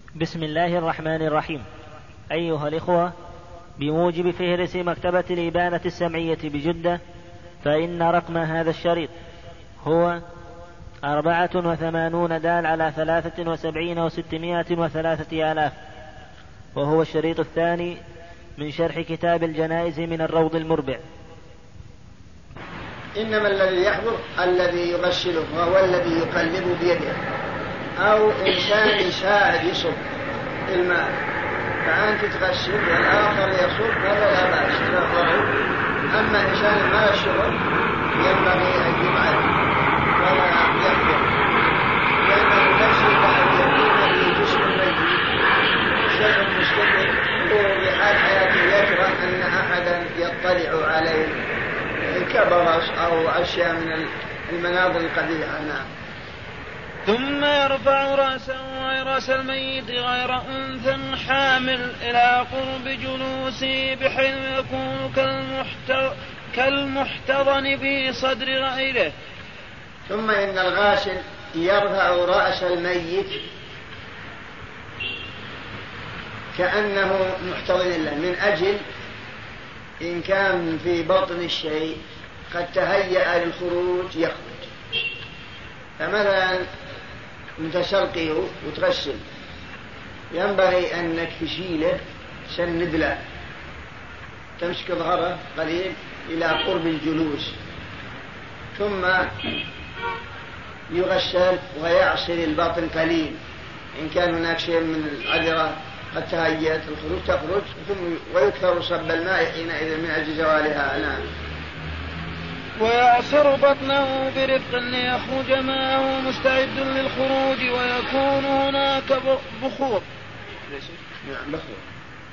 بسم الله الرحمن الرحيم. أيها الإخوة، بموجب فهرس مكتبة الإبانة السمعية بجدة، فإن رقم هذا الشريط هو 84 دال على 73 و603 آلاف، وهو الشريط الثاني من شرح كتاب الجنائز من الروض المربع. إنما الذي يحضر الذي يغسله وهو الذي يقلب بيده، أو إنسان يساعد يصب الماء، فأنت تغسل والآخر يصب ولا لا بأس تفضلوا. أما إنسان ما يشرب ينبغي أن يبعد ولا يحضر، لأنه نفسه بعد يكون في جسم الميت شيء مستقل، وبحال حياته يكره أن أحدا يطلع عليه كبرص أو أشياء من المناظر القبيحة. نعم. ثم يرفع رأسه ورأس الميت غير أنثى حامل إلى قرب جلوسه، بحيث يكون كالمحتضن في صدر غيره. ثم إن الغاسل يرفع رأس الميت كأنه محتضن له، من أجل إن كان في بطن الشيء قد تهيأ للخروج يخرج. فمثلا متسرقه وتغسل، ينبغي أنك تشيله سند له، تمسك ظهره قليل إلى قرب الجلوس، ثم يغسل ويعصر الباطن قليل. إن كان هناك شيء من العذرة قد تهيأت الخروج تخرج، ثم ويكثر صب الماء حينئذ من أجل زوالها. نعم. ويعصر بطنه برفق ليخرج معه مستعد للخروج، ويكون هناك بخور. نعم بخور.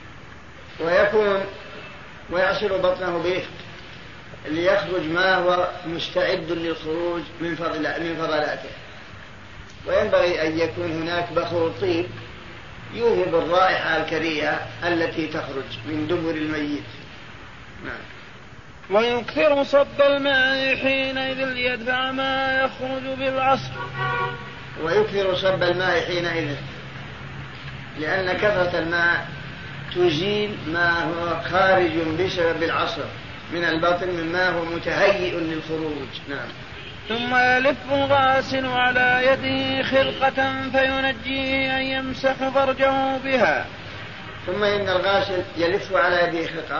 ويعصر بطنه برفق ليخرج ما هو مستعد للخروج من فضلاته. وينبغي أن يكون هناك بخور طيب يوهب الرائحة الكريهة التي تخرج من دبر الميت. نعم. ويكثر صب الماء حينئذ ليدفع ما يخرج بالعصر. ويكثر صب الماء حينئذ، لأن كثرة الماء تزيل ما هو خارج بسبب العصر من البطن مما هو متهيئ للخروج. نعم. ثم يلف الغاسل على يده خرقة فينجيه أن يمسح فرجه بها. ثم إن الغاسل يلف على يده خرقة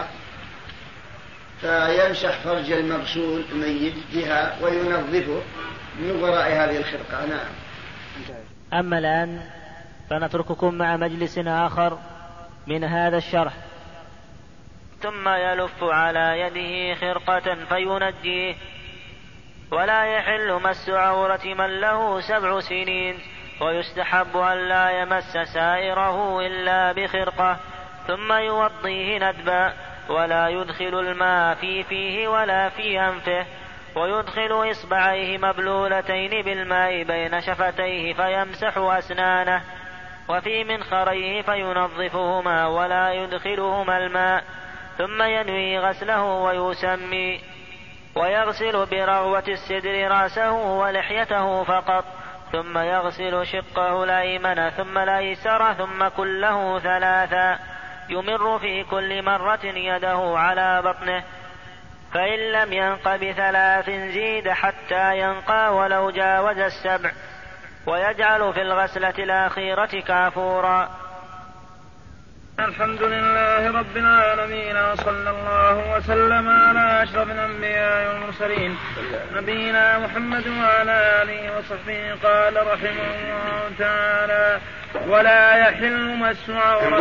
فيمسح فرج المغسول الميت بها وينظفه من وراء هذه الخرقة. نعم. أما الآن فنترككم مع مجلس آخر من هذا الشرح. ثم يلف على يده خرقة فينجيه، ولا يحل مس عورة من له 7 سنين، ويستحب أن لا يمس سائره إلا بخرقة، ثم يوضيه ندبا، ولا يدخل الماء في فيه ولا في أنفه، ويدخل إصبعيه مبلولتين بالماء بين شفتيه فيمسح أسنانه، وفي منخريه فينظفهما ولا يدخلهما الماء، ثم ينوي غسله ويسمي، ويغسل برغوة السدر رأسه ولحيته فقط، ثم يغسل شقه الأيمن ثم الأيسر ثم كله 3، يمر في كل مرة يده على بطنه، فإن لم ينق ب3 زيد حتى ينقى ولو جاوز 7، ويجعل في الغسلة الأخيرة كافورا. الحمد لله رب العالمين، وصلى الله وسلم على أشرف الأنبياء والمرسلين نبينا محمد وعلى آله وصحبه. قال رحمه الله تعالى: ولا يحل مس عورة.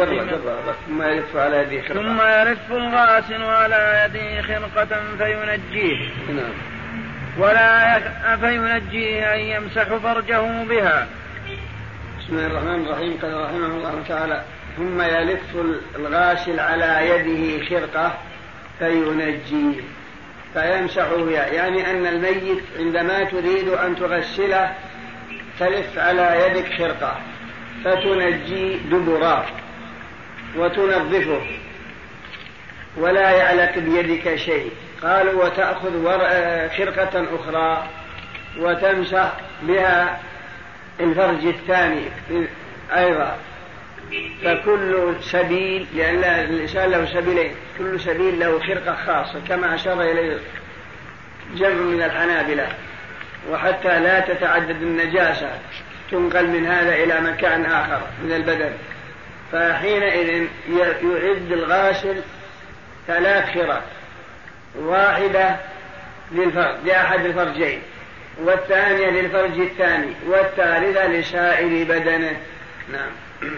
ثم يلف الغاسل على يده خرقة فينجيه، ولا فينجيه أن يمسح فرجه بها. بسم الله الرحمن الرحيم. قال رحمه الله تعالى: ثم يلف الغاسل على يده خرقة فينجيه فيمسح بها، يعني أن الميت عندما تريد أن تغسله تلف على يدك خرقة فتنجي دبره وتنظفه ولا يعلق بيدك شيء. قالوا: وتأخذ خرقة أخرى وتمسح بها الفرج الثاني أيضا، فكل سبيل، لأن الإنسان له سبيلين، كل سبيل له خرقة خاصة كما أشار إليه جمع من الحنابلة، وحتى لا تتعدد النجاسة تنقل من هذا إلى مكان آخر من البدن. فحينئذ يعد الغاسل 3 خرق، واحدة لأحد الفرجين، والثانية للفرج الثاني، والثالثة لسائر بدنه. نعم.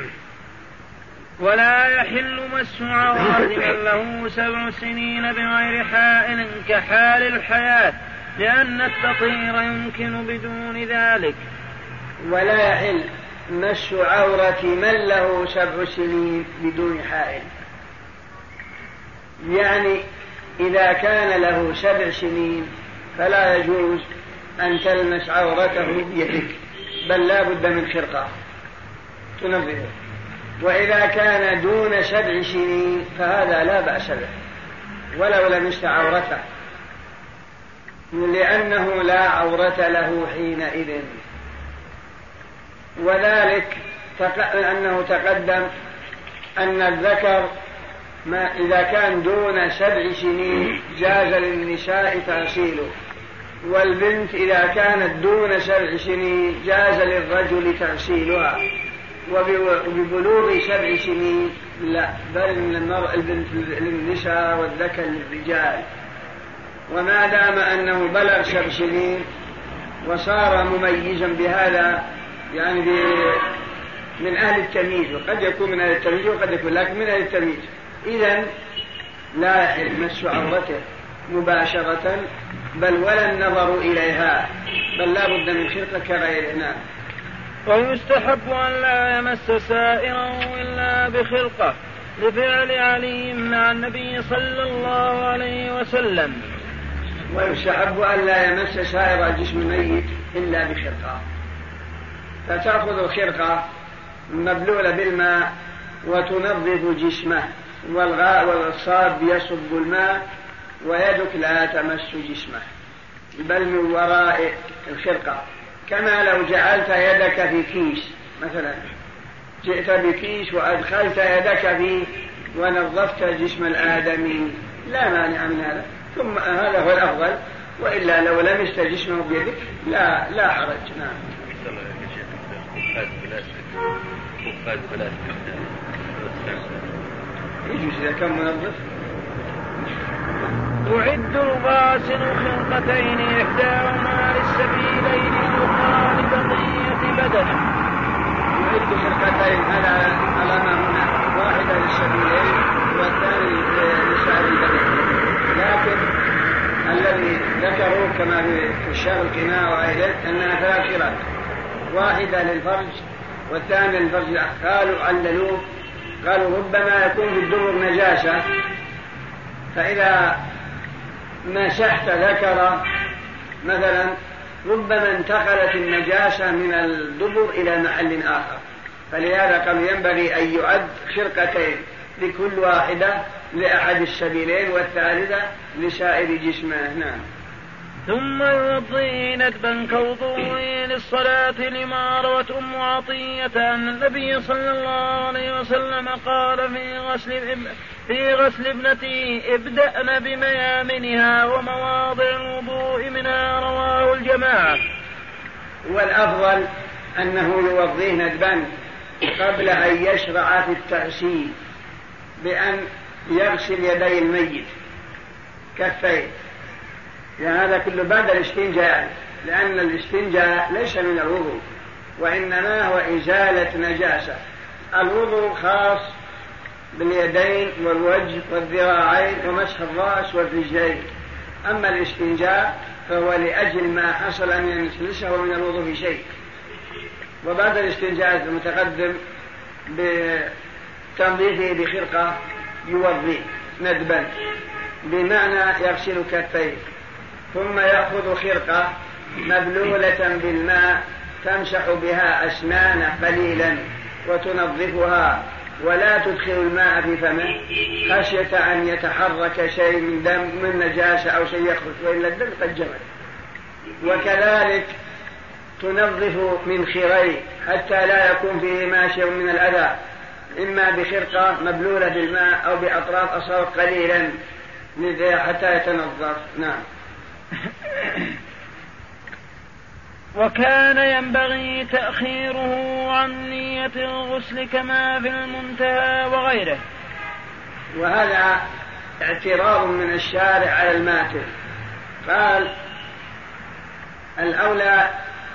ولا يحل مس عورة من له 7 سنين بغير حائل كحال الحياة، لأن التطهير يمكن بدون ذلك. ولا يحل مس عورة من له 7 سنين بدون حائل، يعني إذا كان له 7 سنين فلا يجوز أن تلمس عورته بيدك، بل لا بد من خرقة تنظفه. وإذا كان دون 7 سنين فهذا لا بأس به ولو لمست عورته، لأنه لا عورة له حينئذ. وذلك أنه تقدم أن الذكر إذا كان دون 7 سنين جاز للنساء تغسيله، والبنت إذا كانت دون 7 سنين جاز للرجل تغسيلها، وببلوغ 7 سنين لا، بل البنت للنساء والذكر للرجال. وما دام أنه بلغ 7 سنين وصار مميزا بهذا، يعني من أهل التمييز، وقد يكون من أهل التمييز وقد يكون لكن من أهل التمييز، إذن لا يحل مس عورته مباشرة بل ولا النظر إليها، بل لا بد من خرقة كغيرنا. ويستحب أن لا يمس سائرا إلا بخرقة، لفعل علي مع النبي صلى الله عليه وسلم. ويستحب أن لا يمس سائر جسم الميت إلا بخرقة، فتأخذ الخرقة مبلولة بالماء وتنظف جسمه، والصاب يصب الماء ويدك لا تمس جسمه بل من وراء الخرقة، كما لو جعلت يدك في كيس مثلا، جئت بكيس وأدخلت يدك فيه ونظفت جسم الآدمي لا مانع من هذا، ثم هذا هو الأفضل، وإلا لو لمست جسمه بيدك لا حرج. نعم. يجوز إذا كان منظف. يعد الغاسل خرقتين، إحداهما للسبيلين الأخرى لبقية بدنه. يعد خرقتين على ما هنا، واحدة للسبيلين والثاني لسائر البدن، لكن الذي ذكروا كما في الشرح القناع وغيره أنها 3 خرق، واحدة للفرج والثانية للفرج. قالوا عللوه، قالوا ربما يكون في الدبر نجاسة، فإذا مسحت ذكر مثلا ربما انتقلت النجاسة من الدبر إلى محل آخر، فلهذا قالوا ينبغي أن يعد خرقتين لكل واحدة لأحد السبيلين والثالثة لسائر جسمه. نعم. ثم يوضي ندبا كوضوءه للصلاة، لما روت أم عطية أن النبي صلى الله عليه وسلم قال في غسل ابنته ابدأن بميامنها ومواضع الوضوء منها، رواه الجماعة. والأفضل أنه يوضيه ندبا قبل أن يشرع في التغسيل، بأن يغسل يدي الميت كفيه، يعني هذا كله بعد الاستنجاء، لأن الاستنجاء ليس من الوضوء وإنما هو إزالة نجاسة. الوضوء خاص باليدين والوجه والذراعين ومسح الرأس والرجلين، أما الاستنجاء فهو لأجل ما حصل أن ليس من الوضوء في شيء. وبعد الاستنجاء المتقدم بتنظيفه بخرقة يوضي ندبا، بمعنى يغسل كفيه، ثم يأخذ خرقة مبلولة بالماء تمسح بها أسنانه قليلا وتنظفها، ولا تدخل الماء في فمه خشية أن يتحرك شيء من دم من نجاسة أو شيء يخرج، وإلا الدم قد جمد. وكذلك تنظف من خيريه حتى لا يكون فيه شيء من الأذى، إما بخرقة مبلولة بالماء أو بأطراف أصابع قليلا حتى يتنظف. نعم. وكان ينبغي تأخيره عن نية الغسل كما في المنتهى وغيره. وهذا اعتراض من الشارع على الماتر، قال الأولى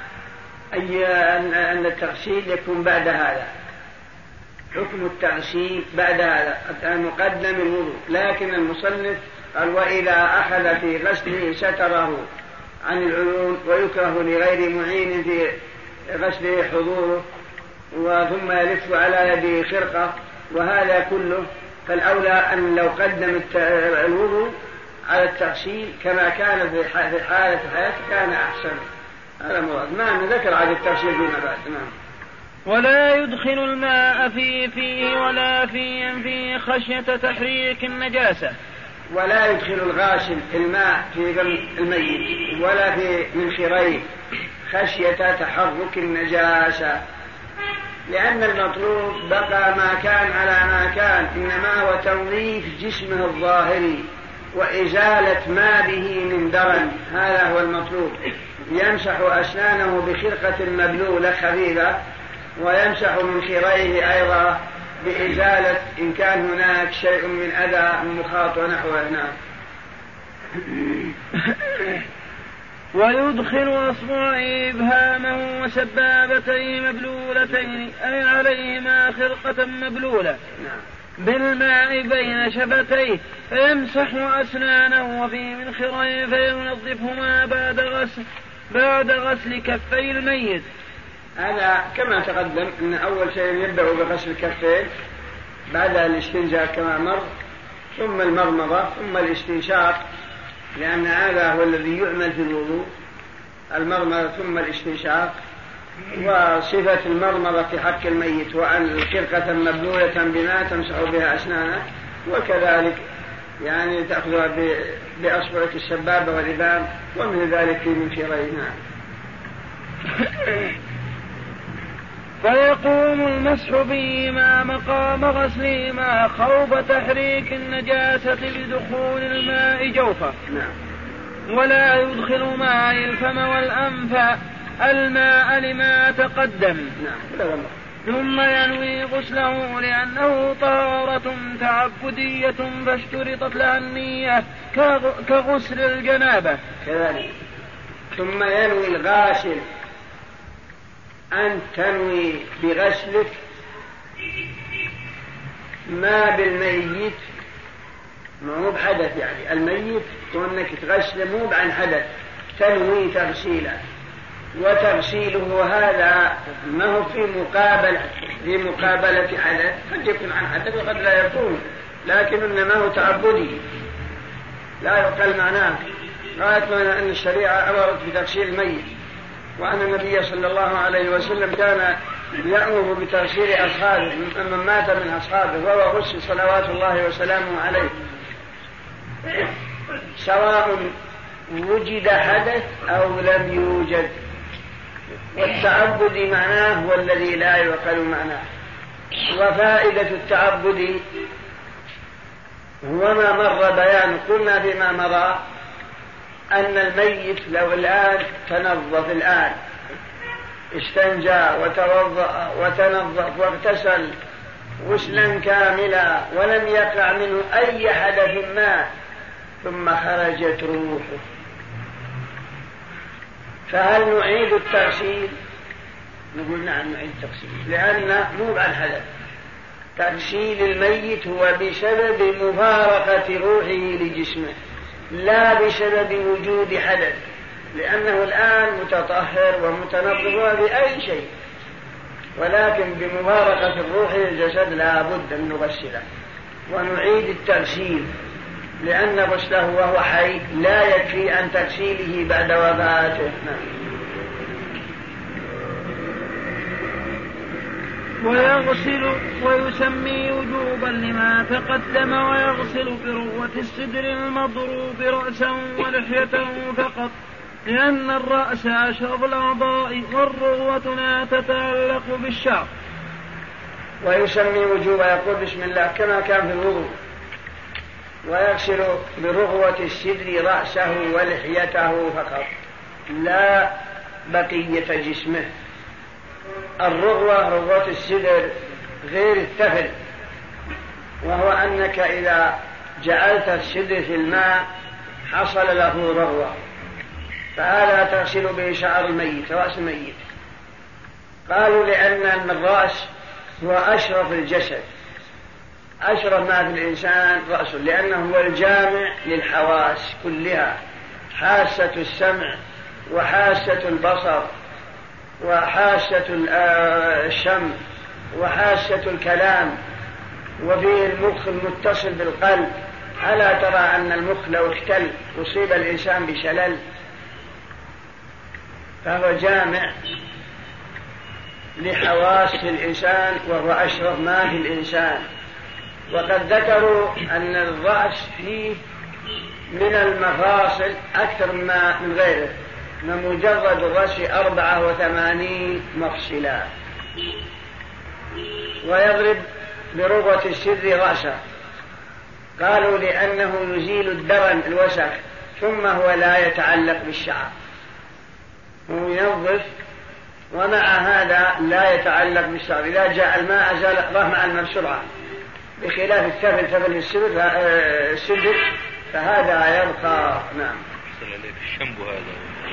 أن التغسيل يكون بعد هذا، حكم التغسيل بعد هذا مقدم الوضوء، لكن المصنف قال وإذا أخذ في غسله ستره عن العيون، ويكره لغير معين في غسله حضوره، ثم يلف على يده خرقة، وهذا كله فالأولى أن لو قدم الوضوء على التغسيل كما كان في حالة حياته كان أحسن. هذا مراد. ما ذكر عن التغسيل فيما بعد. ولا يدخل الماء فيه ولا في أنفه خشية تحريك النجاسة. ولا يدخل الغاسل الماء في الميت ولا في منخريه خشية تحرك النجاسة، لأن المطلوب بقى ما كان على ما كان، إنما هو تنظيف جسمه الظاهري وإزالة ما به من درن، هذا هو المطلوب. يمسح أسنانه بخرقة مبلولة خفيفة، ويمسح منخريه أيضا بإزالة إن كان هناك شيء من أذى مخاط ونحوه. ويدخل أصبعيه إبهامه وسبابتيه مبلولتين أي عليهما خرقة مبلولة بالماء بين شفتيه، فيمسح أسنانه وفي منخريه فينظفهما بعد غسل كفي الميت. هذا كما تقدم أن أول شيء يبدأ بغسل الكفين بعد الاستنجاء كما مر، ثم المضمضة ثم الاستنشاق، لأن هذا هو الذي يعمل في الوضوء، المضمضة ثم الاستنشاق. وصفة المضمضة في حق الميت وأن خرقة مبلولة بما تمسح بها أسنانه، وكذلك يعني تأخذها بأصبعك السبابة والإبهام ومن ذلك في منخرينا. فيقوم المسح بهما مقام غسلهما خوف تحريك النجاسة بدخول الماء جوفه. ولا يدخل معه الفم والأنف الماء لما تقدم. ثم ينوي غسله لأنه طهارة تعبدية فاشترطت لها النية كغسل الجنابة كذلك. ثم ينوي الغاسل أن تنوي بغسلك ما بالميت، ما هو بحدث، يعني الميت كونك تغسل مو عن حدث، تنوي تغسيله، وتغسيله هذا ما هو في مقابلة حدث، قد يكون عن حدث وقد لا يكون، لكن إنما هو تعبدي لا يقل معناه. رأيت أن الشريعة أمرت بتغسيل الميت، وأن النبي صلى الله عليه وسلم كان يأمر بتغسيل أصحابه من مات من أصحابه، وهو غسل صلوات الله وسلامه عليه، سواء وجد حدث أو لم يوجد. والتعبد معناه هو الذي لا يعقل معناه. وفائدة التعبد هو ما مر بيان، قلنا فيما مضى أن الميت لو الآن تنظف، الآن استنجى وتوضأ وتنظف واغتسل غسلا كاملا ولم يقع منه أي حدث ما، ثم خرجت روحه، فهل نعيد التغسيل؟ نقول نعم نعيد التغسيل، لأن مو عن حدث. تغسيل الميت هو بسبب مفارقة روحه لجسمه، لا بسبب وجود حدث، لأنه الآن متطهر ومتنظف بأي شيء، ولكن بمفارقة الروح للجسد لا بد أن نغسله ونعيد التغسيل، لأن غسله وهو حي لا يكفي عن تغسيله بعد وفاته. ويغسل ويسمي وجوبا لما تقدم، ويغسل بروة السدر المضروب رأسا ولحيته فقط، لأن الرأس أشرف الأعضاء والروة لا تتعلق بالشعر. ويسمي وجوبا يقول بسم الله كما كان في الوضوء، ويغسل برغوة السدر رأسه ولحيته فقط لا بقية جسمه. الرغوة رغوة السدر غير الثفل، وهو أنك إذا جعلت السدر في الماء حصل له رغوة، فهذا تغسل به شعر الميت رأس الميت. قالوا لأن الرأس هو أشرف الجسد، أشرف ما في الإنسان رأسه، لأنه هو الجامع للحواس كلها، حاسة السمع وحاسة البصر وحاسة الشم وحاسة الكلام، وفيه المخ المتصل بالقلب. ألا ترى أن المخ لو اختل أصيب الإنسان بشلل؟ فهو جامع لحواس الإنسان وهو أشرف ما في الإنسان. وقد ذكروا أن الرأس فيه من المفاصل أكثر من غيره، من مجرد الرأس 84 مفصلا. ويضرب برغوة السدر رأسه، قالوا لأنه يزيل الدرن الوسخ، ثم هو لا يتعلق بالشعر، هو ينظف ومع هذا لا يتعلق بالشعر. إذا جاء الماء أزال راه الماء بسرعة، بخلاف الثفل ثفل السدر فهذا يبقى. نعم. الشامبو هذا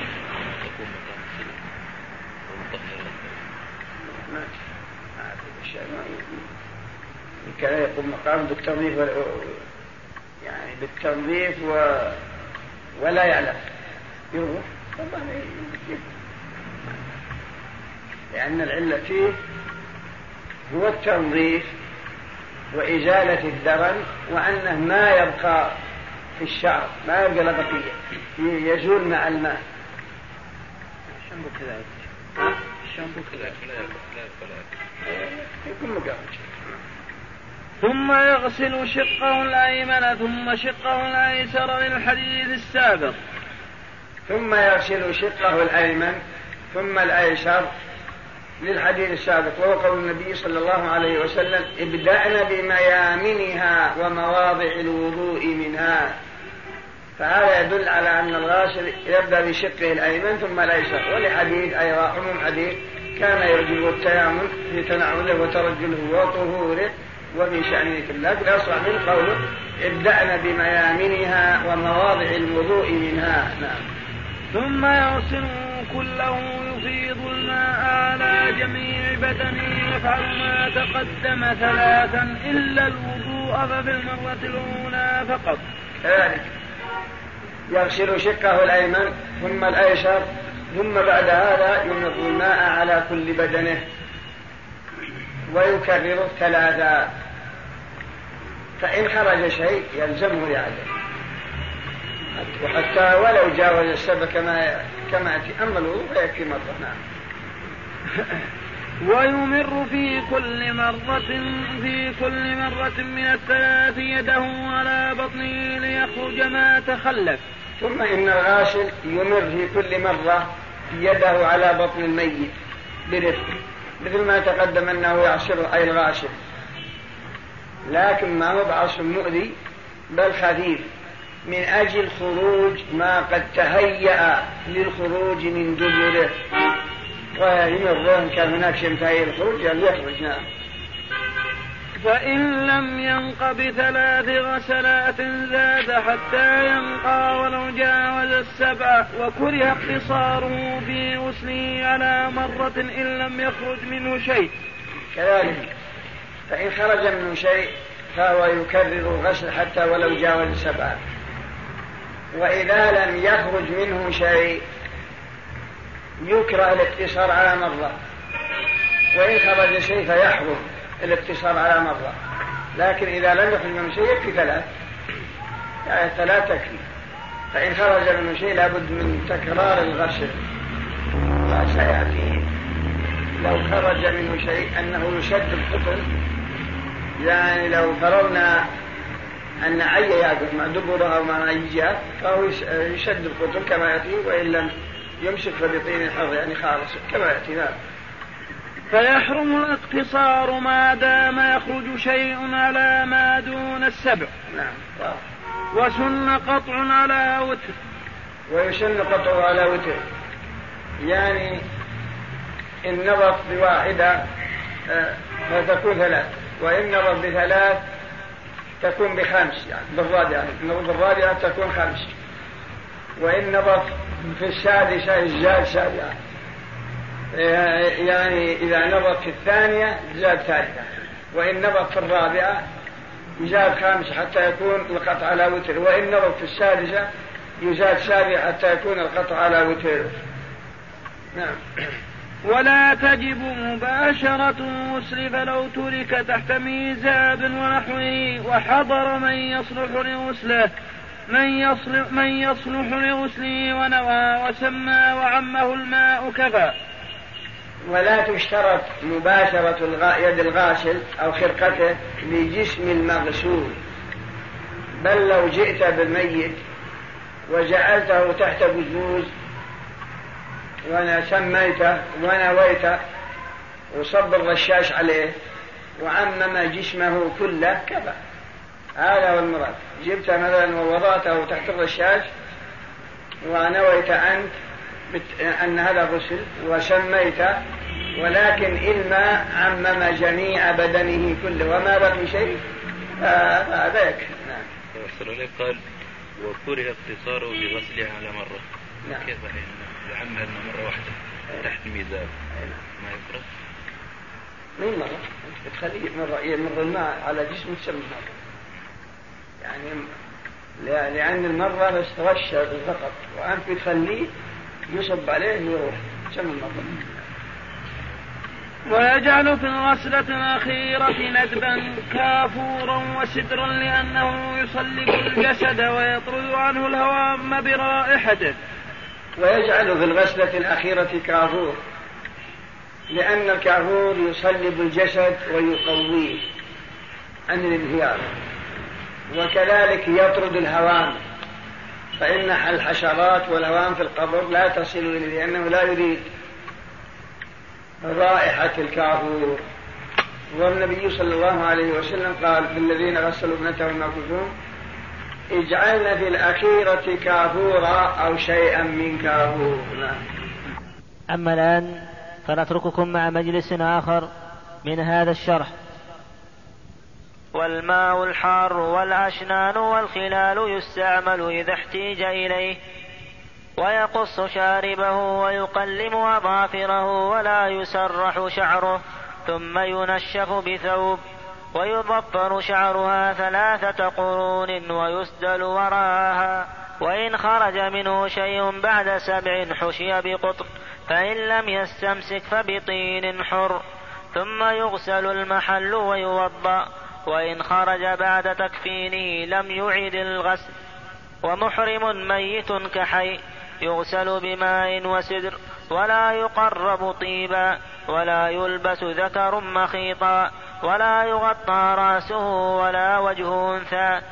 كان يقوم مقام بالتنظيف يعني بالتنظيف ولا يعلم يروح، لأن العلة فيه هو التنظيف وإزالة الدرن، وأنه ما يبقى في الشعر، ما يبقى له بقية، يزول مع الماء. الشامبو كذلك، الشامبو كذلك يكون مقابل. ثم يغسل شقه الأيمن ثم شقه الأيسر للحديث السابق. ثم يغسل شقه الأيمن ثم الأيسر للحديث السابق، وهو قول النبي صلى الله عليه وسلم ابدأنا بميامنها ومواضع الوضوء منها. فهذا يدل على أن الغاسل يبدأ بشقه الأيمن ثم الأيسر، ولحديث أيضا عموم حديث كان يرجو التيامن في تنعله وترجله وطهوره وفي شأنه كله، لكن أصلا من قوله ابدأنا بميامنها ومواضع الوضوء منها. نعم. ثم يغسل كله يفيض الماء على جميع بدنه، يفعل ما تقدم 3 إلا الوضوء ففي المرة الأولى فقط. يغسل شقه الأيمن ثم الأيسر، ثم بعد هذا يمط الماء على كل بدنه ويكرر 3، فإن خرج شيء يلزمه يعدل، وحتى ولو جاوز السبع كما يأتي. أما الوضوء فيكفي مرة. نعم. ويمر في كل مرة من 3 يده على بطنه ليخرج ما تخلف. ثم إن الغاسل يمر في كل مرة يده على بطن الميت برفق، مثل ما تقدم أنه يعصر أي الغاسل، لكن ما هو بعصر مؤذي بل خفيف، من أجل خروج ما قد تهيأ للخروج من دبره، ويمر إن كان هناك شيء متهيأ للخروج يعني يخرج. نعم. فإن لم ينق ب3 غسلات زاد حتى ينقى ولو جاوز 7، وكره اقتصاره في غسله على مرة إن لم يخرج منه شيء. كذلك فإن خرج منه شيء فهو يكرر الغسل حتى ولو جاوز 7، وإذا لم يخرج منه شيء يكره الاقتصار على مرة، وإن خرج شيء فيحرم الاقتصار على مرة، لكن إذا لم يخرج منه شيء يكفي 3، يعني 3 تكفي. فإن خرج منه شيء لابد من تكرار الغسل، وسيأتي لو خرج منه شيء أنه يشد القطن، يعني لو فرضنا أن عي يأكل مع دبرها ومع عيجها فهو يشد القطن كما يأتي، وإن لم يمسك فبطين الحر يعني خالص كما يأتي. فيحرم الاقتصار ما دام يخرج شيء على ما دون السبع. نعم. وسن قطع على وتر. ويسن قطع على وتر، يعني إن نظر بواحدة فتكون 3، وإن نظر ب3 تكون ب5، يعني بالرابعة، بالرابعة تكون 5، وإن نظر في السادسة يزداد 7، يعني إذا نظر في الثانية زاد 3، وإن نظر في الرابعة يزاد 5 حتى يكون القطع على وتر، وإن نظر في السادسة يزاد 7 حتى يكون القطع على وتر. نعم. ولا تجب مباشرة الغسل فلو ترك تحت ميزاب ونحوه وحضر من يصلح لغسله ونوى وسمى وعمه الماء كفى. ولا تشترط مباشرة يد الغاسل أو خرقته لجسم المغسول، بل لو جئت بالميت وجعلته تحت بزوز سميته ونويته وصب الرشاش عليه وعمم جسمه كله كفى. هذا هو المراد. جبت مثلا ووضعته تحت الرشاش ونويت أنت أن هذا غسل وسميته، ولكن الماء عمم جميع بدنه كله وما بقي شيء، هذا يكفي. نعم. قال وكره اقتصاره بغسلها على مرة. نعم. كيف يعمها مرة واحدة تحت الميزان ما يفرق؟ من مرة تخليه يمر الماء على جسمه تسمى مرة، يعني لأن المرة بس تغشى فقط، وأنت بتخليه يصب عليه ويروح تسمى مرة. ويجعل في الغسلة الأخيرة ندبا كافورا وسدرا لأنه يصلب الجسد ويطرد عنه الهوام برائحته. ويجعل في الغسلة الأخيرة كافور، لأن الكافور يصلب الجسد ويقويه عن الانهيار، وكذلك يطرد الهوام، فإن الحشرات والهوام في القبر لا تصل إليه لأنه لا يريد رائحة الكافور. والنبي صلى الله عليه وسلم قال في الذين غسلوا ابنتهم المكذوم اجعلنا في الأخيرة كافورا أو شيئا من كافور. أما الآن فنترككم مع مجلس آخر من هذا الشرح. والماء الحار والأشنان والخلال يستعمل إذا احتيج إليه، ويقص شاربه ويقلم أظافره ولا يسرح شعره، ثم ينشف بثوب ويضفر شعرها 3 قرون ويسدل وراءها، وإن خرج منه شيء بعد 7 حشي بقطر، فإن لم يستمسك فبطين حر، ثم يغسل المحل ويوضأ، وإن خرج بعد تكفينه لم يعد الغسل. ومحرم ميت كحي يغسل بماء وسدر، ولا يقرب طيبا، ولا يلبس ذكر مخيطا، ولا يغطى رأسه ولا وجه أنثى.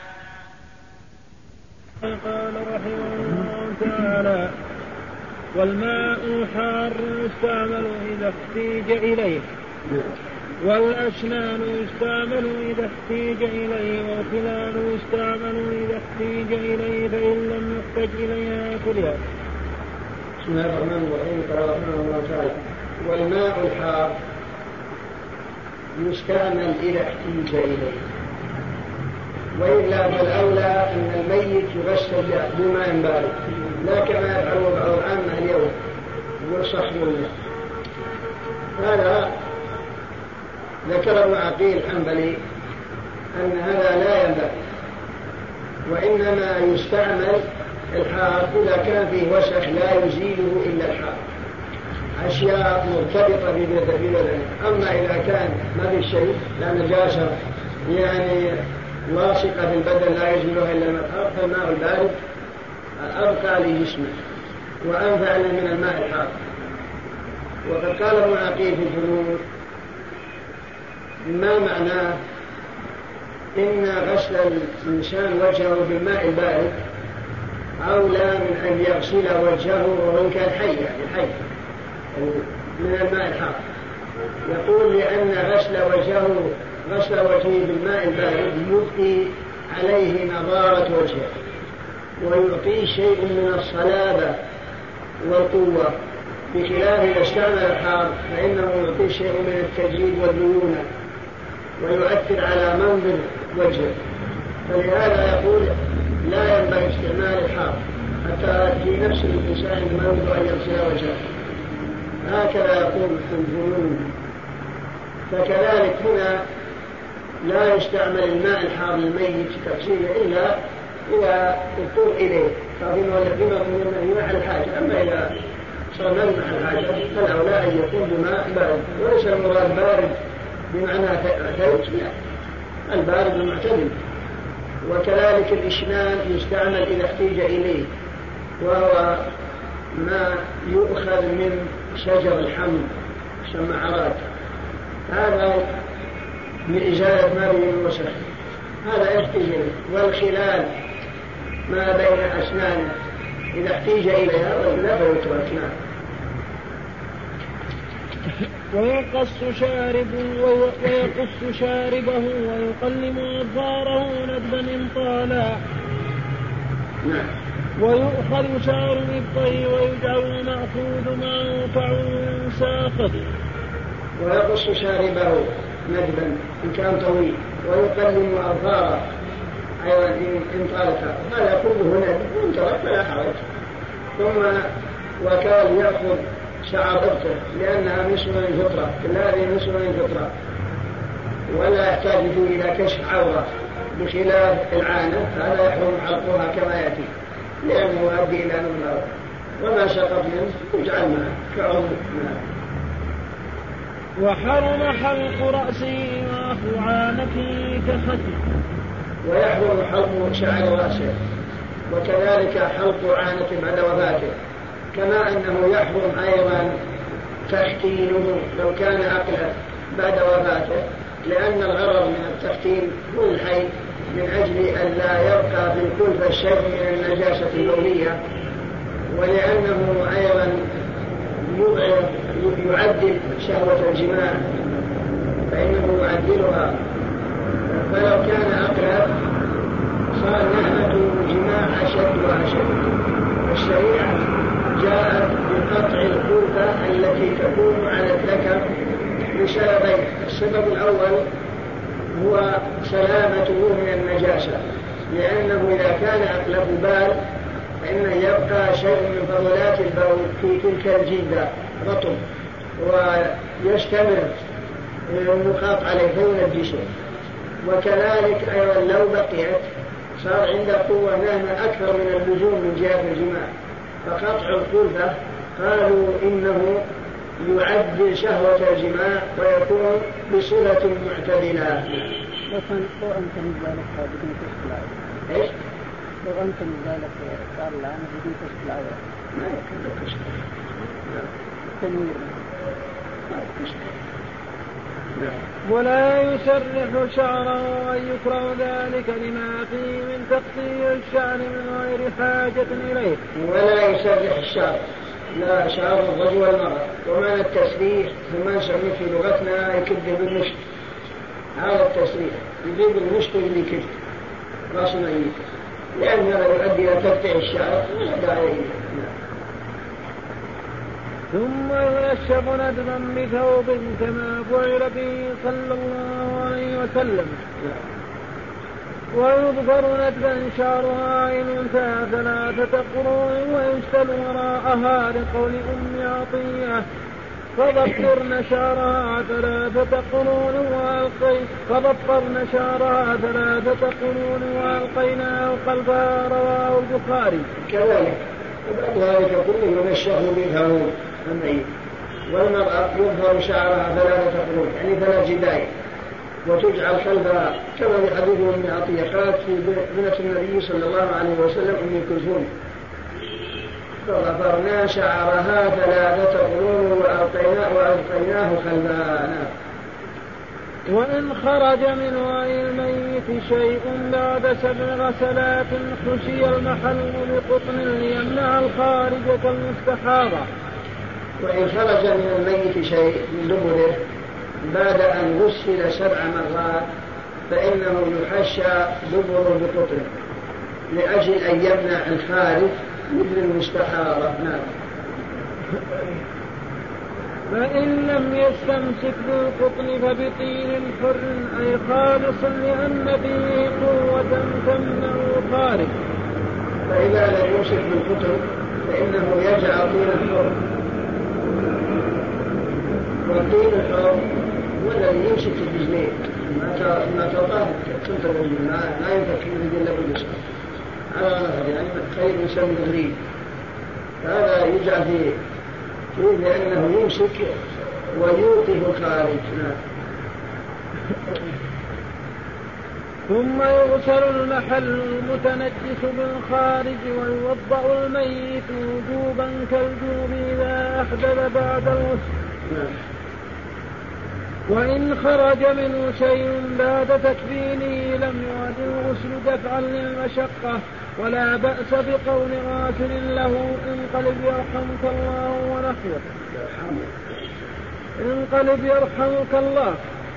قال رحمه الله تعالى: والماء حار يستعمل إذا احتيج إليه، والأشنان يستعمل إذا احتيج إليه، والخلال يستعمل إذا احتيج إليه، فإن لم يحتج إليها كلها. بسم الله الرحمن الرحيم. قال رحمه الله تعالى: والماء الحار يستعمل إذا احتيج إليه، وإلا فالأولى أن الميت يغسل بماء بارد، لا كما يفعل بعض العامة اليوم يصحن الماء. هذا ذكر ابن عقيل الحنبلي أن هذا لا ينبغي، وإنما يستعمل الحار إذا كان فيه وسخ لا يزيله إلا الحار، أشياء مرتبطة ببدنه. أما إذا كان ما في شيء، لا نجاسة يعني لاصقة بالبدن لا يزيلها إلا الماء، فالماء البارد أبقى لجسمه وأنفع من الماء الحار. وقد قال ابن عقيل في الفنون ما معناه إن غسل الإنسان وجهه بالماء البارد أولى من أن يغسل وجهه وإن كان حي من الماء الحار، يقول لأن غسل وجهه بالماء البارد يبقي عليه نضارة وجهه ويعطيه شيء من الصلابة والقوة، بخلاف إذا استعمل الحار فإنه يعطيه شيء من التجريد والليونة ويؤثر على منظر وجهه. فلهذا يقول لا ينبغي استعمال الحار حتى في نفس الإنسان ما يريد أن يغسل وجهه، هكذا يقول الجنون. فكذلك هنا لا يستعمل الماء الحار للميت تغسيله إلا إذا اضطر إليه، فإنه الذين يقولون مع الحاجة. أما إذا صار مع الحاجة فالأولى أن يكون بماء بارد، وليس المراد بارد بمعنى ثلج، لا، البارد المعتدل. وكذلك الإشنان يستعمل إذا احتيج إليه، وهو ما يؤخذ من شجر الحمض شمعرات، هذا من إزالة ما بين الوسخ، هذا يحتيج إليه. والخلال ما بين أسنانه إذا احتيج إليها وإلا فيترك. ويقص شاربه ويقلم أظفاره ندبا إن طالا. ويؤخذ شعر إبطيه ويجعل مأخوذ موقع ساقط. ويقص شاربه ندبا إن كان طويل، ويقلم أظفاره أيضا إن طالت، هذا كله ندب وإن ترك فلا حرج. ثم وكان يأخذ شعر إبطه لأنها نصف من الفطرة، كلها نصف من الفطرة، ولا يحتاج فيه إلى كشف عورة، بخلاف العانة فهذا يحرم حلقها كما يأتي لأنه يؤدي إلى نظر، وما سقط منه يجعل معه كعضو. وحرم حلق رأسه وأخذ عانته كختم. ويحرم حلق شعر رأسه وكذلك حلق عانته بعد وفاته، كما أنه يحرم أيضا تختينه لو كان أقلع بعد وفاته، لأن الغرض من التختين هو الحي من أجل أن لا يبقى في الكلفة شيء من النجاسة البولية، ولأنه أيضا يعدل شهوة الجماع فإنه يعدلها. فلو كان أقلع صار نعمة الجماع أشد وأشد. الشريعة جاءت بقطع الكلفة التي تكون على الذكر لسببين: السبب الأول هو سلامته من النجاسة، لأنه إذا كان أقلب بال فإنه يبقى شيء من فضلات البول في تلك الجلدة رطب ويستمر النقاط عليه فينجسه. وكذلك أيضا لو بقيت صار عنده قوة نهمة أكثر من اللزوم من جهة الجماع، فقطع الكلفة قالوا إنه يعدل شهوة الجماع ويكون بصلة معتدلة. لو أنت من ذلك بدون كشف العورة. إيش؟ لو أنت من ذلك صار الآن بدون كشف العورة. ما يكون كشف. تنوير. ما يكشف. ولا يسرح شعره أن يكره ذلك لما فيه من تقصير الشعر من غير حاجة إليه. ولا يسرح الشعر، لا شعر الرجل والمرأة. ومعنى التسريح ثم نسميه في لغتنا يكده بالمشط، هذا التسريح يجيب المشط اللي كده راس ميت، لأن هذا يؤدي إلى تقطيع الشعر ولا داعي إليه. ثم ينشف ندبا بثوب كما فعل به صلى الله عليه وسلم. ويظفر ندبا شعرها إن أنثى 3 قرون ويشتل وراءها لقول أم عطية: فضفرن شعرها 3 قرون وألقيناه خلفها. رواه البخاري. كذلك وبعد ذلك كله ينشف بثوب الميت. والمرأة يظهر شعرها 3 قرون يعني 3 جداي وتجعل خلفها، كما في حديث أم عطية قالت في بنت النبي صلى الله عليه وسلم أم كلثوم: فضفرنا شعرها 3 قرون وألقيناه خلفها. وإن خرج من وعي الميت شيء بعد 7 غسلات خشي المحل بقطن ليمنع الخارج كالمستحاضة. وإن خرج من الميت شيء من دبره بعد أن غسل 7 مرات فإنه يحشى دبره بقطن لأجل أن يمنع الخارج مثل المستحاضة. نعم. فإن لم يستمسك بالقطن فبطين حر أي خالص لأن فيه قوة تمنع الخارج. فإذا لم يمسك بالقطن فإنه يجعل طين الحر، والطين الحر هو الذي يمسك الرجلين ما تطهر تنتظر ما ينفك الرجل إلا باليسار على ظهر، يعني خير يسمى الغريب، هذا يجعل فيه لأنه يمسك ويوقف الخارج. ثم يغسل المحل المتنجس بالخارج ويوضأ الميت وجوبا كالجوب إذا أحدث بعد الغسل. وإن خرج منه شيء بعد تكفينه لم يعد الغسل دفعا للمشقة، ولا بأس بقول غاسل له انقلب يرحمك الله ونحوه. انقلب يرحمك الله.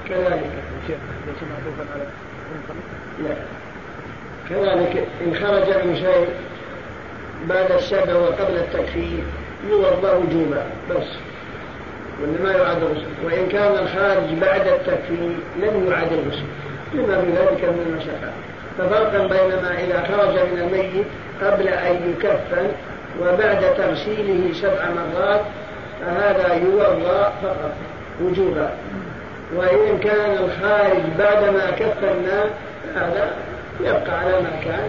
كذلك إن خرج من شيء بعد السبع وقبل التكفير يوضأ وجوبا بس وإنما يعاد الغسل، وإن كان الخارج بعد التكفير لم يعاد الغسل لما بذلك من المشقة. ففرقا بينما إذا خرج من الميت قبل أن يكفن وبعد تغسيله 7 مرات فهذا يوضأ فقط وجوبا، وإن كان الخارج بعدما كفنا هذا يبقى على ما كان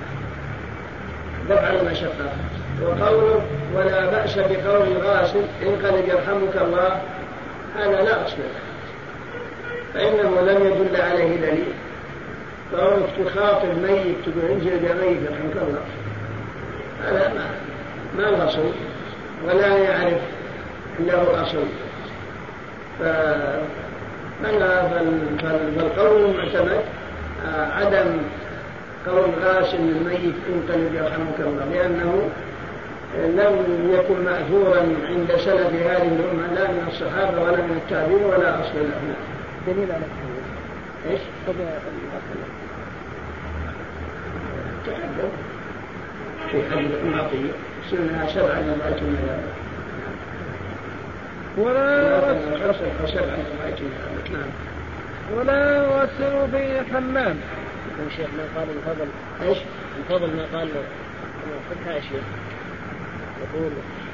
دفع المشقة. وقوله ولا بأس بقول الغاسل انقلب يرحمك الله هذا لا أصل له، فإنه لم يدل عليه دليل. فأنك تخاطب ميت تقول انزل يا ميت يرحمك الله هذا ما الأصل ولا يعرف له أصل. فالقول المعتمد عدم قول غاسل للميت انقلب يرحمك الله، لأنه لم يكن مأثورا عند سلف هذه الأمة لا من الصحابة ولا من التابعين ولا أصل له. دليل على التحويل ايش؟ طبعا تحدث في حديث المعطية سنها 7 رأيتم ولا يغسل في حمام. الشيخ ما قال الفضل ايش؟ الفضل ما قال فتح أشياء يقول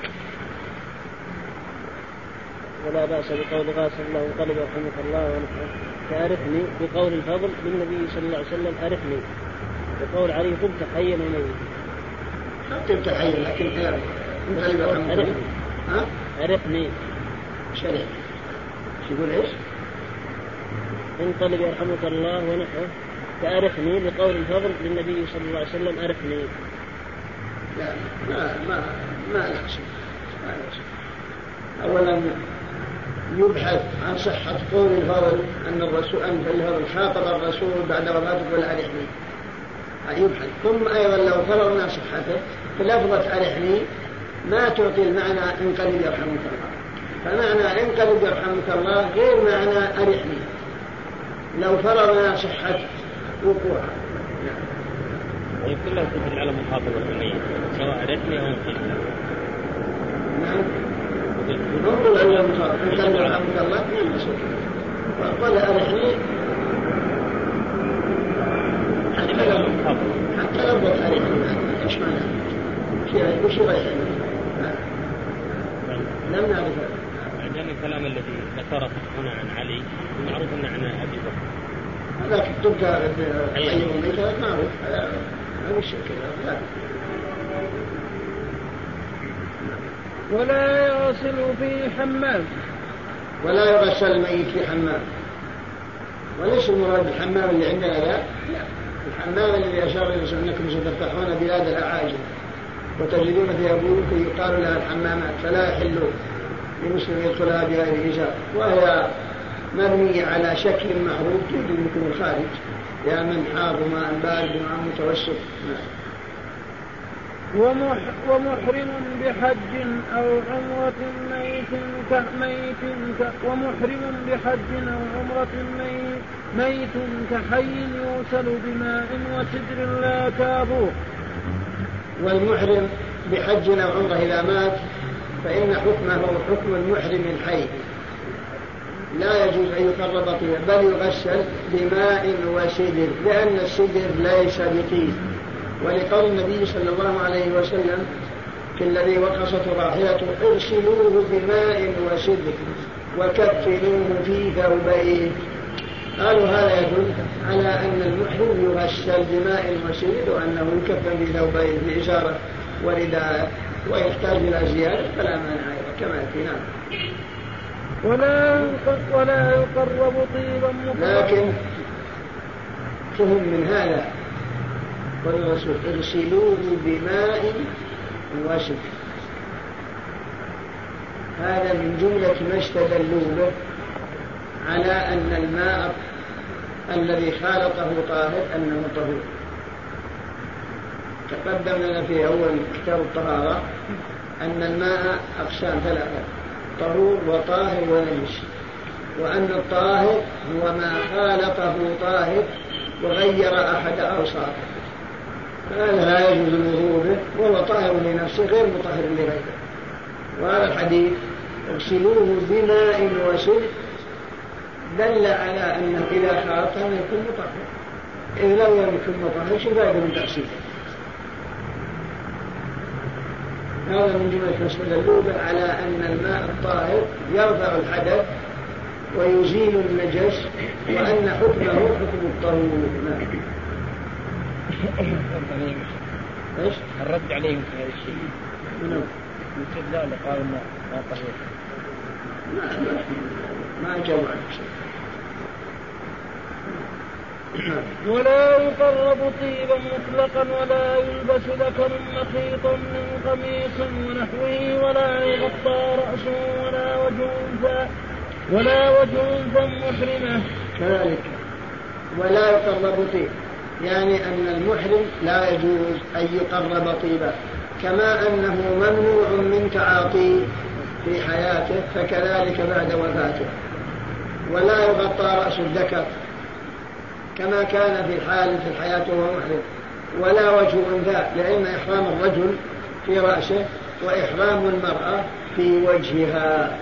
ولا بأس بقول غاسل له انقلب يرحمك الله ونحوه فأرثني بقول الفضل للنبي صلى الله عليه وسلم أرثني، بقول علي طبت حيا وميتا. طبت حيا لكن انقلب يرحمك الله. ها؟ أرثني شريك يقول ايش؟ انقلب يرحمك الله ونحوه فأرثني بقول الفضل للنبي صلى الله عليه وسلم أرثني. لا ما يحصل. أولا يبحث عن صحة قول الفضل أن الرسول أن الفضل خاطب الرسول بعد وفاته ولا أرحني يبحث. ثم أيضا لو فرضنا صحته فلفظة أرحني ما تعطي المعنى انقلب يرحمك الله، فمعنى انقلب يرحمك الله غير معنى أرحني لو فرضنا صحة وقوعها. كلها تدل على مخاطبة الميت سواء أرحني أو انقلب. نعم نقول على المخاطبة انقلب يرحمك الله وقال أرحني حتى لو ضد أرحني إيش معنى وش يغير لم نعرف. لأن الكلام الذي ذكره هنا عن علي معروف أن عن أبي بكر هذا تبقى أي ميت معروف هذا الشيء كذا. ولا يغسل في حمام. ولا يغسل الميت في حمام، وليس المراد الحمام اللي عندنا لا الحمام الذي أشار إليه أنكم ستفتحون بلاد الأعاجم وتجدون فيها بيوت يقال لها الحمامات فلا يحل لمسلم يدخلها بغير إزار، وهي مبنية على شكل معروف يجب أن يكون الخارج يا من حار وماء بارد وماء متوسط. ومحرم بحج أو عمرة ميت كحي يوصل بماء وسدر لا كافور. والمحرم بحج أو عمرة إذا مات فإن حكمه حكم المحرم الحي، لا يجوز أن يقرب طيبا بل يغسل بماء وسدر، لأن السدر ليس بطيب، ولقول النبي صلى الله عليه وسلم في الذي وقصت راحلته ارسلوه بماء وسدر وكفنوه في ثوبين. قالوا هذا يدل على أن المحرم يغسل بماء وسدر وأنه يكفن في ثوبين بإزارة ورداء، ويحتاج إلى زيادة فلا مانع كما يأتينا. ولا يقرب طيبا مطلقا. لكن فهم من هذا والرسول ارسلوه بماء وسدر، هذا من جملة ما استدلوا به على أن الماء الذي خالطه طاهر أنه طهور. تقدم لنا في أول كتاب الطهارة أن الماء أقسام ثلاثة: طهور وطاهر ونجس، وأن الطاهر هو ما خالطه طاهر وغير أحد أوصافه، فهذا لا يجوز الوضوء به وهو طاهر لنفسه غير مطهر لغيره. وهذا الحديث اغسلوه بماء وسدر دل على أنه إذا خالطه يكون مطهر، إذ لو يكون مطهر شو فائدة من تغسيله؟ هذا من جملة استدلوا به على أن الماء الطاهر يرفع الحدث ويزيل النجس، وأن حكمه حكم الطهور. ايش؟ الرد عليهم في هذا الشيء من الاستدلال اللي قالوا ما طهور ما جاءوا عن شيء. ولا يقرب طيبا مطلقا ولا يلبس ذكر مخيطا من قميص ونحوه ولا يغطى رأسه ولا وجه أنثى محرمة كذلك. ولا يقرب طيب يعني أن المحرم لا يجوز أن يقرب طيبا، كما أنه ممنوع من تعاطيه في حياته فكذلك بعد وفاته. ولا يغطى رأس الذكر كما كان في الحياة وهو محرم، ولا وجه أنثى، لأن إحرام الرجل في رأسه وإحرام المرأة في وجهها.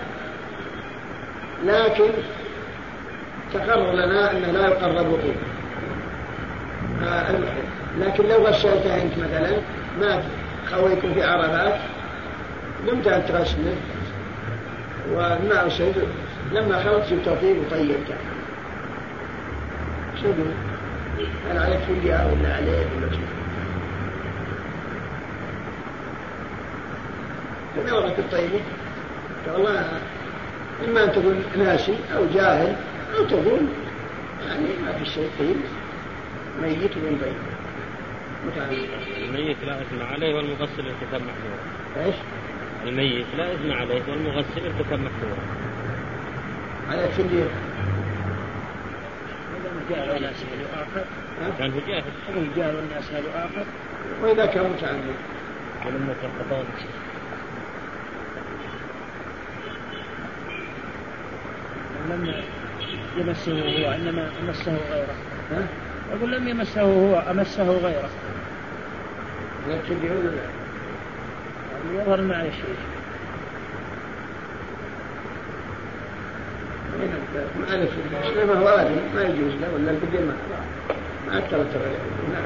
لكن تقرر لنا أنه لا يقرب طيب المحرم. لكن لو غسلتها أنت مثلا ما خويكم في عرفات لم تغسله والماء سيد لما خلط جبت طيب وطيبتها، شو يقول؟ هل عليك فدية ولا عليك ولا شيء؟ فما وقت الطيب والله إما أن تقول ناسي أو جاهل أو تقول يعني ما في شيء طيب ميت من طيب. الميت لا إثم عليه والمغسل ارتكب محذورا. ايش؟ الميت لا إثم عليه والمغسل ارتكب محذورا. عليك فدية. جاء والناس هل آخر كان هو جاهل جاء والناس هل آخر، وإذا كان متعمد ولما ترقطان لم يمسه هو إنما أمسه غيره. أقول لم يمسه هو أمسه غيره. لكن يقول يظهر معي شيء ما أعرف ما هو آدم ما يجوز له ولا البديل ما أترتب عليه.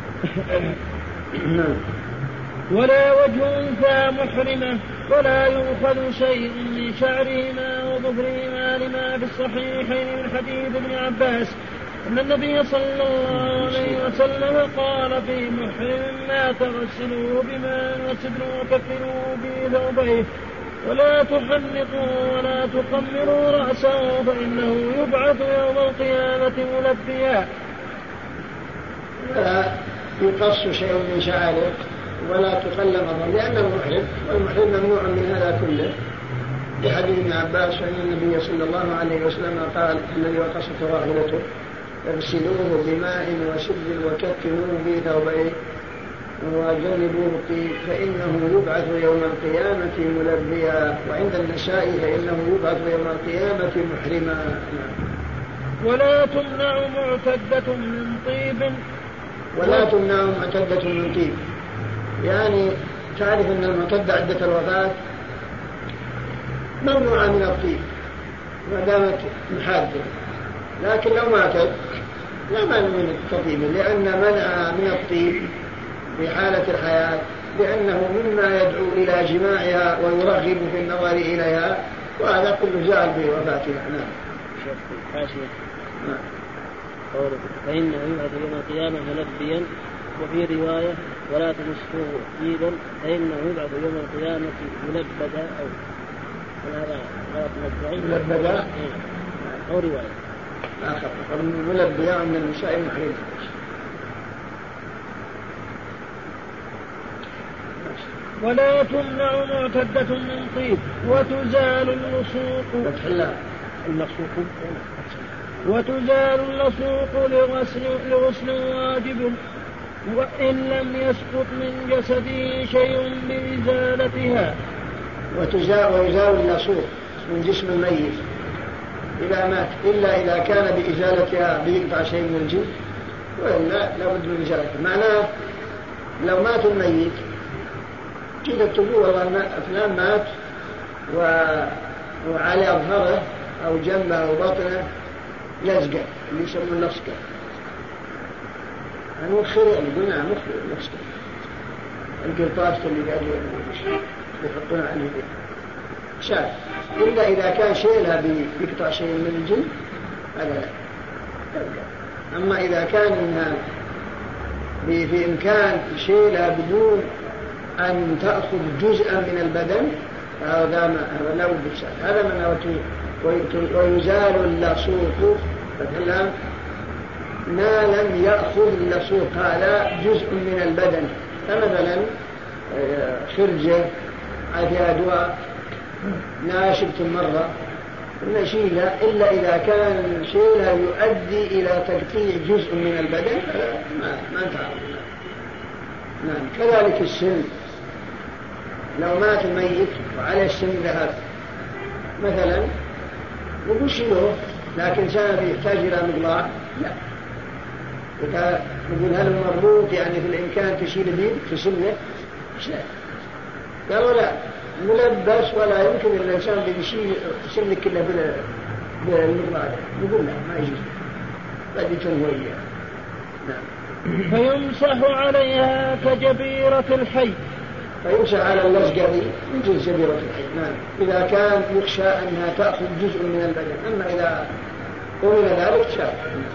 نعم. ولا وجه أنثى محرمة ولا يؤخذ شيء من شعرهما وظفرهما لما في الصحيحين من حديث ابن عباس أن النبي صلى الله عليه وسلم قال في محرم ما تغسلوه بماء وسدر وكفنوه بثوبيه ولا تحنقوا ولا تخمروا رأسه فإنه يبعث يوم القيامة ملبيا. لا يقص شيء من شعره ولا تقلم أظن لأنه محرم، والمحرم ممنوع من هذا كله لحديث ابن عباس فإن النبي صلى الله عليه وسلم قال الذي وقصت راحلته اغسلوه بماء وسدر وكفنوه في ثوبيه وجنبوه الطيب فإنه يبعث يوم القيامة ملبيا. وعند النساء فإنه يبعث يوم القيامة محرما. ولا تمنع معتدة من طيب. ولا تمنع معتدة من طيب، يعني تعرف أن المعتدة عدة الوفاة ممنوعة من الطيب ما دامت محادة، لكن لو ماتت لا مانع من التطيب، لأن منعها من الطيب في حالة الحياة لأنه مما يدعو إلى جماعها ويرغب في النظر إليها، وهذا كله زال بوفاتها. نعم. فإنه يبعث يوم القيامة ملبيا. وفي رواية ولا تمسه طيبا فإنه يبعث يوم القيامة ملبدا، أو هذا غلط ملبدا أو رواية آخر ملبيا من النساء المحرمة. ولا تمنع معتدة من طيب وتزال اللصوق لغسل واجب، وإن لم يسقط من جسده شيء بإزالتها. ويزال اللصوق من جسم الميت إذا مات إلا إذا كان بإزالتها بيقطع شيء من الجلد، وإلا لا بد من إزالتها. معناه لو مات الميت جيدة تقول والله فلان مات وعلى أظهره أو جنبه أو بطنه لزقة اللي يسمون لصقة، مخر يعني قلنا مخر لصقة القرطاس اللي قاعد يحطون عليه شاف، إلا إذا كان شيلها بيقطع شيء من الجلد هذا لا. أما إذا كان في إمكان شيلها بدون أن تأخذ جزءا من البدن هذا لا بد يسال. هذا من ويزال اللصوق فكلام ما لم يأخذ اللصوق هذا جزء من البدن، فمثلا خرجة فيها دواء ناشبت مرة نشيلها، إلا إذا كان شيلها يؤدي إلى تقطيع جزء من البدن ما نتعرض. نعم. كذلك السن، لو مات الميت وعلى السن ذهب مثلا نقول شيله، لكن كان يحتاج إلى مقلاع لا، نقول هل مربوط يعني في الإمكان تشيل بيد في سنه لا، قالوا لا ملبس ولا يمكن الإنسان يشيل سنه كله بالمقلاع، نقول لا ما يجوز بل تنويه. نعم. فيمسح عليها كجبيرة الحي. فيمسح على اللزقة دي مثل جبيرة الحي. نعم. إذا كان يخشى أنها تأخذ جزء من البدن، أما إذا أمن ذلك شاء.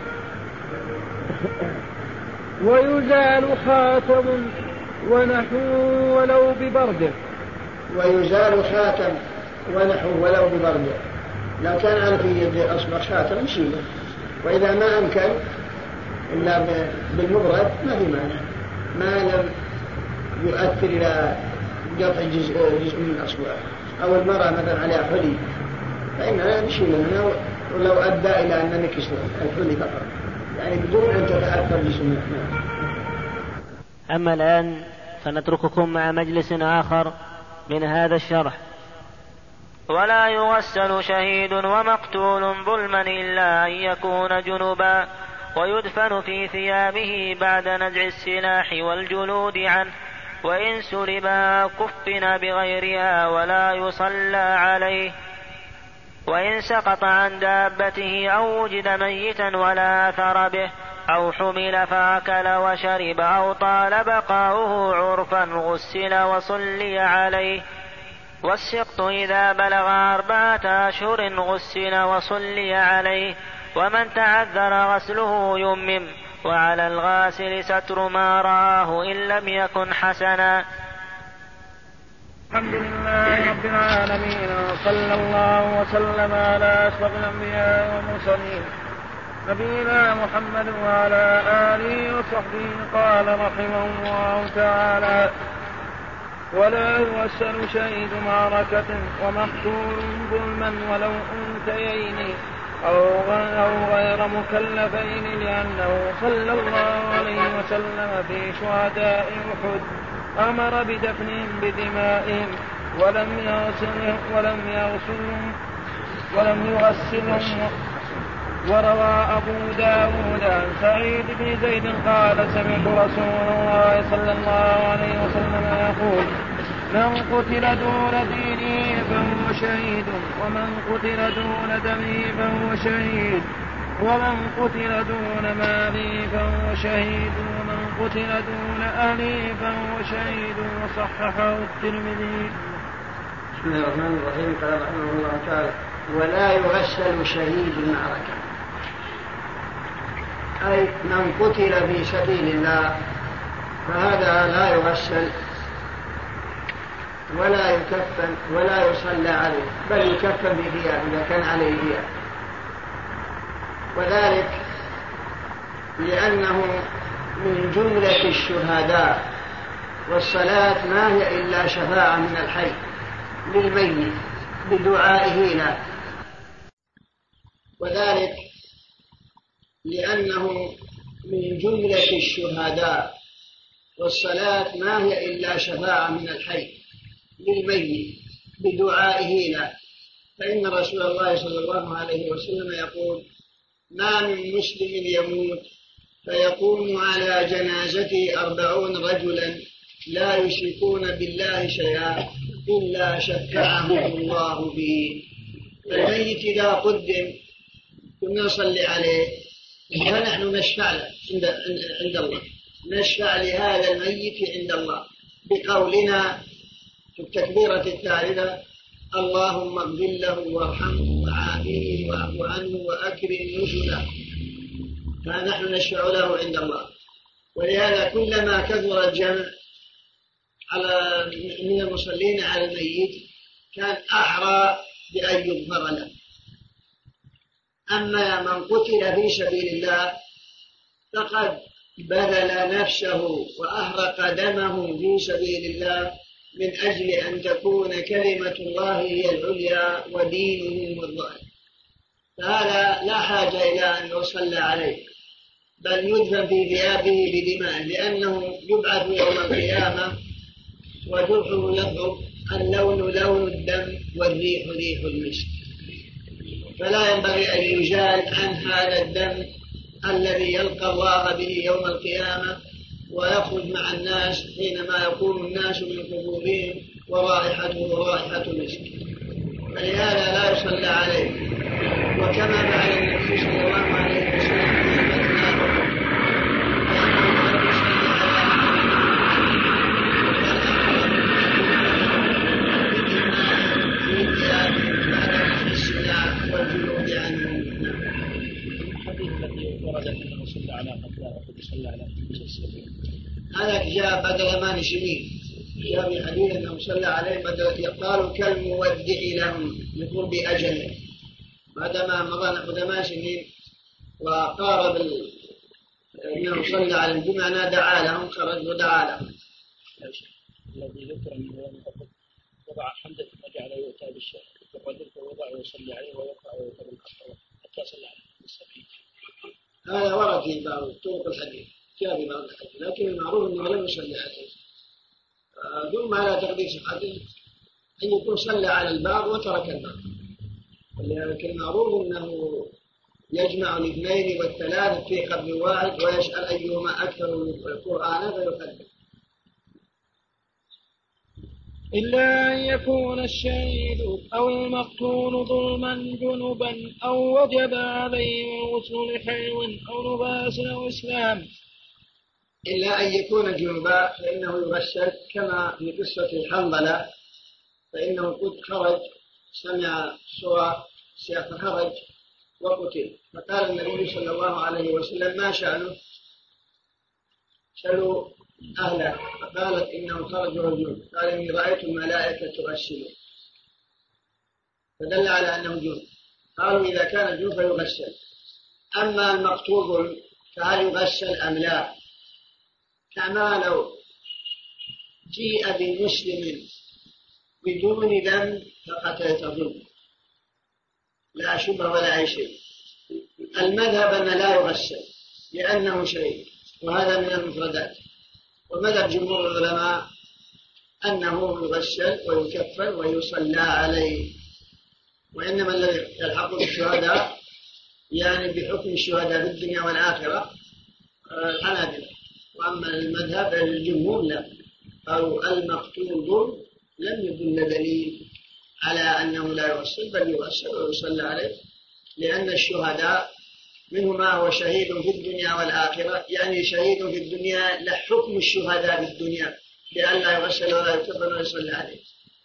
ويزال خاتم ونحو ولو ببرده. ويزال خاتم ونحو ولو ببرده، لو كان على في يد أصبح خاتم نشيله، وإذا ما أمكن إلا بالمبرد ما في مانع، ما لم يؤثر إلى قطع جزء من الأصبع، أو المرأة مثلا عليها حلي فإننا نشيل منها ولو أدى إلى أن نكسر الحلي فقط، يعني بدون أن تتأثر جسمها. أما الآن فنترككم مع مجلس آخر من هذا الشرح. ولا يغسل شهيد ومقتول ظلما إلا أن يكون جنبا، ويدفن في ثيابه بعد نزع السلاح والجلود عنه، وإن سلبا كفن بغيرها ولا يصلى عليه. وإن سقط عن دابته أو وجد ميتا ولا أثر به أو حمل فأكل وشرب أو طال بقاؤه عرفا غسل وصلي عليه. والسقط إذا بلغ 4 أشهر غسل وصلي عليه. ومن تعذر غسله يمم، وعلى الغاسل ستر ما رآه إن لم يكن حسنا. الحمد لله رب العالمين، وصلى الله وسلم على أشرف الأنبياء والمرسلين نبينا محمد وعلى آله وصحبه. قال رحمه الله تعالى: ولا يغسل شهيد معركة ومقتول ظلما ولو أنثيين أو غير مكلفين، لأنه صلى الله عليه وسلم في شهداء أحد أمر بدفنهم بدمائهم ولم يغسلهم. وروى أبو داود عن سعيد بن زيد قال سمعت رسول الله صلى الله عليه وسلم يقول: من قتل دون دينه فهو شهيد، ومن قتل دون دمه فهو شهيد، ومن قتل دون ماله فهو شهيد، ومن قتل دون أهله فهو شهيد. وصححه الترمذي. بسم الله الرحمن الرحيم. قال رحمه الله تعالى: ولا يغسل شهيد المعركة، أي من قتل في سبيل الله فهذا لا يغسل ولا يكفن ولا يصلى عليه، بل يكفن بثياب إذا كان عليه ثياب، وذلك لأنه من جملة الشهداء، والصلاة ما هي إلا شفاعة من الحي للميت بدعائه له، وذلك لأنه من جملة الشهداء، والصلاة ما هي إلا شفاعة من الحي للميت بدعائه له. فإن رسول الله صلى الله عليه وسلم يقول: ما من مسلم يموت فيقوم على جنازته 40 رجلا لا يشركون بالله شيئا إلا شفعهم الله به. فالميت إذا قدم كنا نصلي عليه، فنحن نشفع له عند الله، نشفع لهذا الميت عند الله بقولنا في التكبيرة الثالثة: اللهم اغفر له وارحمه وعافيه واعف عنه وأكرم نزله. فنحن نشفع له عند الله. ولهذا كلما كثر الجمع من المصلين على الميت كان أحرى بأن يغفر له. أما من قتل في سبيل الله فقد بذل نفسه وأهرق دمه في سبيل الله من أجل أن تكون كلمة الله هي العليا ودينه الظاهر، فهذا لا حاجة إلى أن يصلى عليه، بل يدفن في ثيابه بدماء، لأنه يبعث يوم القيامة وجرحه يضرب، اللون لون الدم والريح ريح المسك، فلا ينبغي أن يجال عن هذا الدم الذي يلقى الله به يوم القيامة ويخرج مع الناس حينما يقوم الناس من قبورهم ورائحته رائحة المسك، فلهذا لا يصلى عليه. وكما فعل النبي صلى الله عليه وسلم والجلود عنهم. الحديث الذي ورد أنه صلى على قتلى وقد صلى على هذا جاء بعد 8 سنين، جاء في حديث أنه صلى عليه يقال كالمودع لهم لقرب أجله، بعدما مضى نحو 8 سنين وقارب أنه صلى على الجمعة دعا لهم، خرج ودعا لهم. الذي ذكر أنه وضع حمدا فجعل يؤتى بالشيء الرجل فوضع ويصلي عليه ويقع ويؤتى بالكفر حتى صلى عليه بالسبعين. هذا ورد في بعض طرق الحديث، جاء في بعض الحديث، لكن المعروف أنه لم يصلي عليه. ثم على تقديس الحديث أن يكون صلى على الباب وترك الباب، لكن المعروف أنه يجمع الاثنين والثلاث في قبر واحد ويسأل أيهما أكثر القرآن فيقدم. إلا أن يكون الشهيد أو المقتول ظلما جنبا أو وجب عليه الغسل لحيو أو نفاس أو إسلام. إلا أن يكون جنبا فإنه يغسل، كما في قصة الحنظلة، فإنه قد خرج سمع صوت فخرج وقتل، فقال النبي صلى الله عليه وسلم: ما شأنه؟ سألوا أهله، فقالت: إنه خرج رجل، قال: إني رأيت الملائكة تغسله، فدل على أنه جنب. قالوا: إذا كان جنب فيغسل. أما المقتول فهل يغسل أم لا؟ كما لو جيء بمسلم بدون ذنب فقتل ظلم لا شبه ولا أي شيء، المذهب أن لا يغسل لأنه شهيد، وهذا من المفردات. ومذهب جمهور العلماء أنه يغسل ويكفن ويصلى عليه. وإنما الذي يلحق بالشهداء يعني بحكم الشهداء في الدنيا والآخرة الحنابلة. وأما المذهب الجمهور لا، أو المقتول لم يدل دليل على أنه لا يغسل، بل يغسل ويصلى عليه، لأن الشهداء منه ما هو شهيد في الدنيا والآخرة، يعني شهيد في الدنيا له حكم الشهداء في الدنيا لأن لا يغسل ولا يكفن ويصلى عليه،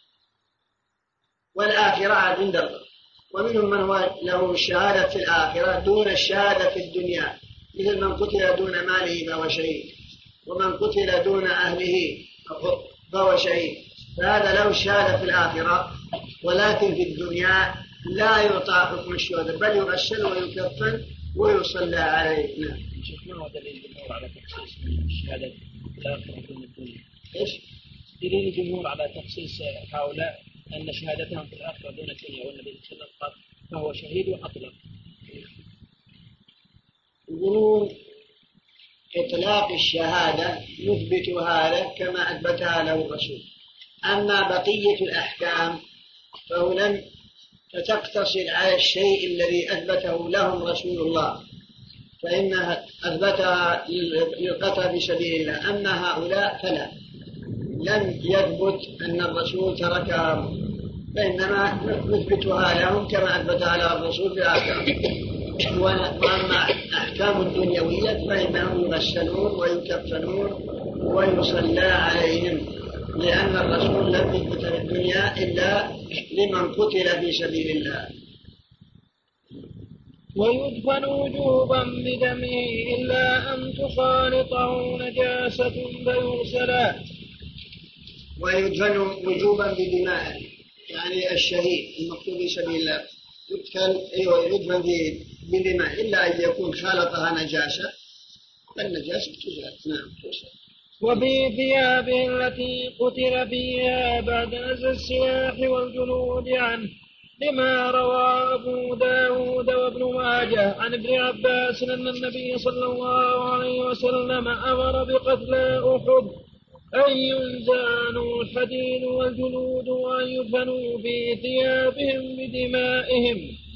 والآخرة عند الله. ومنهم من هو له الشهادة في الآخرة دون الشهادة في الدنيا، مثل من قتل دون ماله فهو شهيد، ومن قتل دون أهله فهو شهيد. فهذا له الشهادة في الآخرة، ولكن في الدنيا لا يعطى حكم الشهداء، بل يغسل ويكفن ويصلى عليه. نعم. ما هو دليل الجمهور على تخصيص الشهادة في الآخرة دون الدنيا؟ إيش؟ دليل الجمهور على تخصيص هؤلاء أن شهادتهم في الآخرة دون الدنيا، والنبي صلى الله عليه وسلم قال فهو شهيد وأطلق. يقولون إطلاق الشهادة يثبتها له كما أثبتها له الرسول، أما بقية الأحكام فهو لم تقتصر على الشيء الذي أثبته لهم رسول الله، فإنها أثبتها للقتل في سبيل الله. أما هؤلاء فلا، لم يثبت أن الرسول تركها، فإنما نثبتها لهم كما أثبتها لهم الرسول في الآخرة. وأما أحكام الدنيوية فإنهم يغسلون ويكفنون ويصلى عليهم، لأن الرسول لم يثبت في الدنيا إلا لمن قتل في سبيل الله. ويدفن وجوبا بدمه إلا أن تخالطه نجاسة فيغسلا. ويدفن وجوبا بدمائه، يعني الشهيد المقتول في سبيل الله يدفن بدمائه إلا أن يكون خالطها نجاسة، فالنجاسة تزال. نعم. وفي ثيابه التي قتل فيها بعد نزع السلاح والجلود عنه، لما روى أبو داود وابن ماجه عن ابن عباس أن النبي صلى الله عليه وسلم أمر بقتل أحد أن ينزعوا الحديد والجلود وأن يدفنوا في ثيابهم بدمائهم.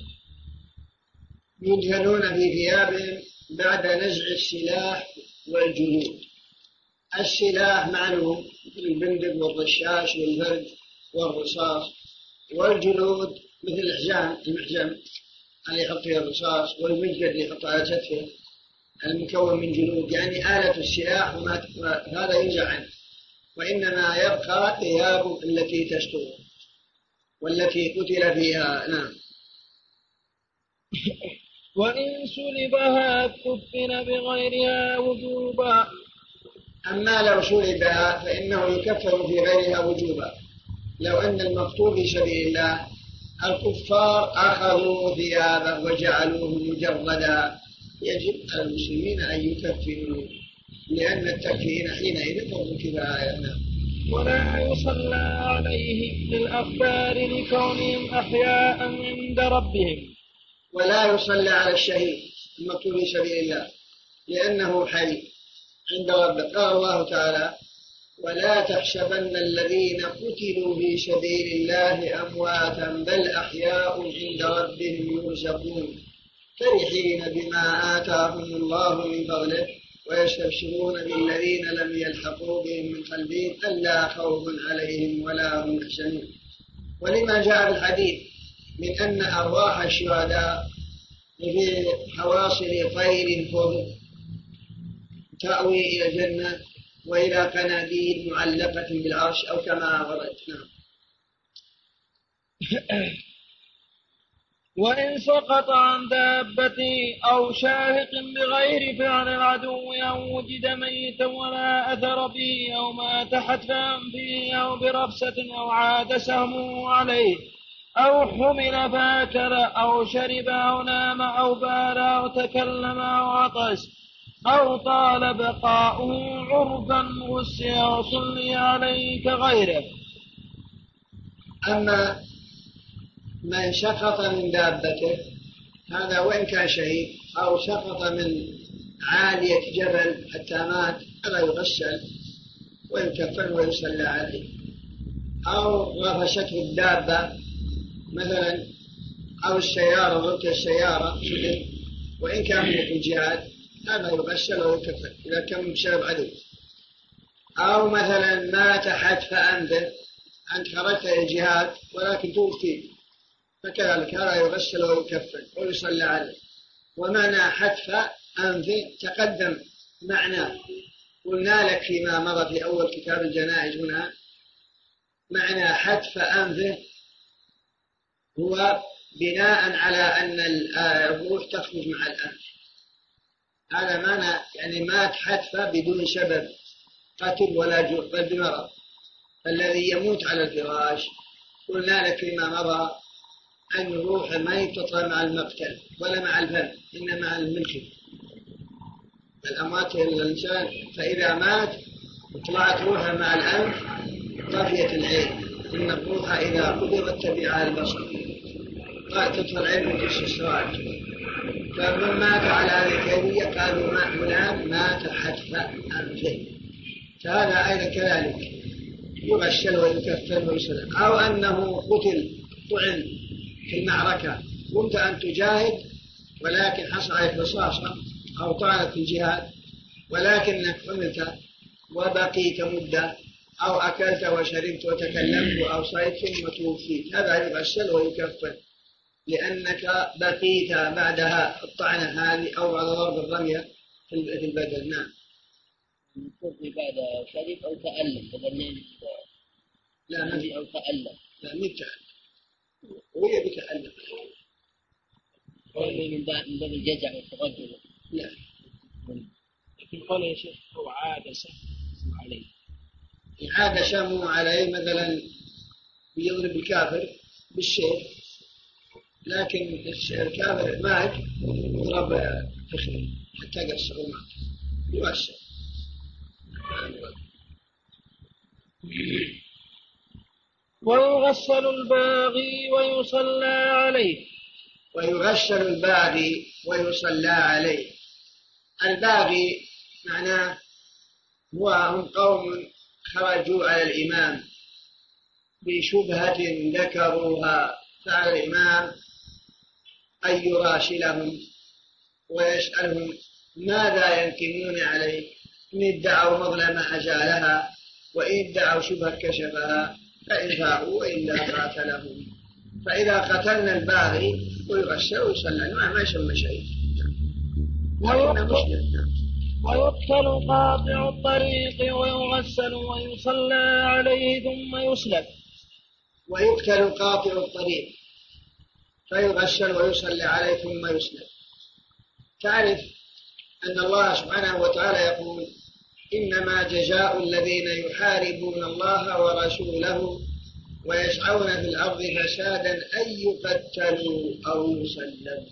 يدفنون في ثيابهم بعد نزع السلاح والجلود. السلاح معلوم مثل البندق والرشاش والبرد والرصاص، والجلود مثل المحجم اللي يحط فيها الرصاص، والمجد اللي يحط على كتفه المكون من جلود، يعني آلة السلاح هذا ينزع عنه، وإنما يبقى ثيابه التي تستر والتي قتل فيها. نعم. وإن سلبها كفن بغيرها وجوبا. أما لو سلبها فإنه يكفر في غيرها وجوبا. لو أن المقتول في سبيل الله الكفار أخذوا ثيابه وجعلوه مجردا، يجب على المسلمين أن يكفروا، لأن التكفير حينئذ فرض كفاية. ولا يصلى عليهم للأخبار لكونهم أحياء عند ربهم. ولا يصلى على الشهيد المقتول في سبيل الله لأنه حي عند ربه. قال الله تعالى: ولا تحسبن الذين قتلوا في سبيل الله أمواتا بل أحياء عند ربهم يرزقون فرحين بما آتاهم الله من فضله ويستبشرون بالذين لم يلحقوا بهم من خلفهم ألا خوف عليهم ولا هم يحزنون. ولما جاء الحديث من أن أرواح الشهداء في حواصل طير فوق تأوي إلى الجنة وإلى قناديل معلقة بالعرش أو كما ورد. نعم. وإن سقط عن دابة أو شاهق بغير فعل العدو أو وجد ميتا ولا أثر به أو مات حتفا فيه أو برفسة أو عاد سهمه عليه أو حمل فاكل أو شرب أو نام أو بال أو تكلم أو عطس أو طال بقاؤه عرفا غسل وصلي عليه كغيره. أما من سقط من دابته هذا وإن كان شهيد أو سقط من عالية جبل حتى مات هذا يغسل ويكفن ويصلى عليه. أو غفشته الدابة مثلا أو السيارة ضربت السيارة وإن كان في الجهاد هذا يغسل ويكفن إذا كان بسبب عدو. أو مثلا مات حتف أنفه، أنت خرجت إلى الجهاد ولكن توفي فكذلك هذا يغسل ويكفن ويصلى عليه. ومعنى حتف أنفه تقدم معناه، قلنا لك فيما مضى في أول كتاب الجنائز هنا معنى حتف أنفه هو بناء على أن الروح تخرج مع الأنف. هذا معنى يعني مات حتفة بدون سبب قتل ولا جوع بل بمرض. فالذي يموت على الفراش قلنا لك فيما مضى أن الروح ما تطلع مع المقتل ولا مع الفم إنما مع الملك. الأموات الإنسان فإذا مات طلعت روحه مع الأنف طفيت العين، إن الروح إذا قبضت تبعها البصر تطفى العين من الاستسراج. فمن مات على هذه الكيفية قالوا ما فلان مات حتف أنفه. فهذا أيضا كذلك يغسل ويكفن ويصلى. أو أنه قتل طعن في المعركة كنت أن تجاهد ولكن حصل عليك رصاصة أو طعنت في الجهاد ولكنك حملت وبقيت مدة أو أكلت وشربت وتكلمت وأوصيت ثم توفيت هذا يغسل ويكفن لأنك بقيت بعدها الطعنة هذه أو بعد ضرب الرمية في البدن. نعم. توفي بعد شرب أو تألم بدل لا أو تألم. لا مو تألم وهي بتألم من باب الجزع والتغجل. لا لكن قال يا شيخ هو عاد سهم عليه، عاد سهم عليه مثلا يضرب الكافر بالسيف لكن الكافر مات ضرب فخذه حتى قصر ومات يوسع. ويغسل الباغي ويصلى عليه. ويغسل الباغي ويصلى عليه. الباغي معناه هم قوم خرجوا على الإمام بشبهة ذكروها فعلى الإمام أن يراسلهم ويسألهم ماذا ينكمون عليه، إن ادعوا مظلمة أزالها وإن ادعوا شبهة كشفها فإن فاقوا وإلا قاتلهم. فإذا قتلنا الباغي ويغسل ويصلى ما يسمى شيء. ويقتل قاطع الطريق ويغسل ويصلى عليه ثم يسلب. ويقتل قاطع الطريق فيغسل ويصلى عليه ثم يسلب. تعرف أن الله سبحانه وتعالى يقول إنما جزاء الذين يحاربون الله ورسوله ويسعون في الأرض فسادا أن يقتلوا أو يسلبوا.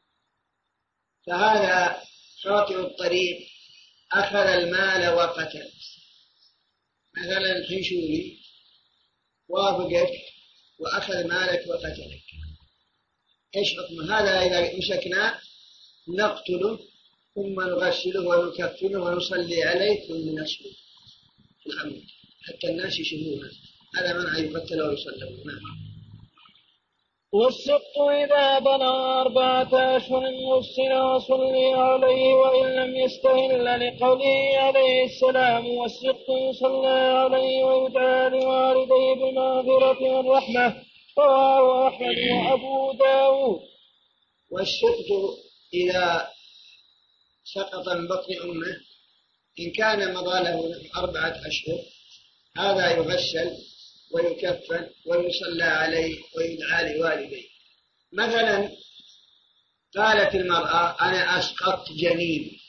فهذا قاطع الطريق أخذ المال وقتل. مثلا الحنشوري وافقك وأخذ مالك وقتلك، إيش حكم هذا؟ إذا مسكناه نقتله ثم نغسله ونكفنه ونصلي عليه ثم نسله في العمود حتى الناس يشوفونه. هذا منع يقتل ويصلى. والسقط إذا بلغ 4 أشهر غسل وصلي عليه وإن لم يستهل لقوله عليه السلام والسقط يصلى عليه ويدعى لوالديه بالمغفرة والرحمة. رواه أحمد وأبو داود. والسقط إذا سقط من بطن أمه إن كان مضى له 4 أشهر هذا يغسل ويكفن ويصلى عليه ويدعى لوالديه. مثلا قالت المرأة أنا أسقطت جنين،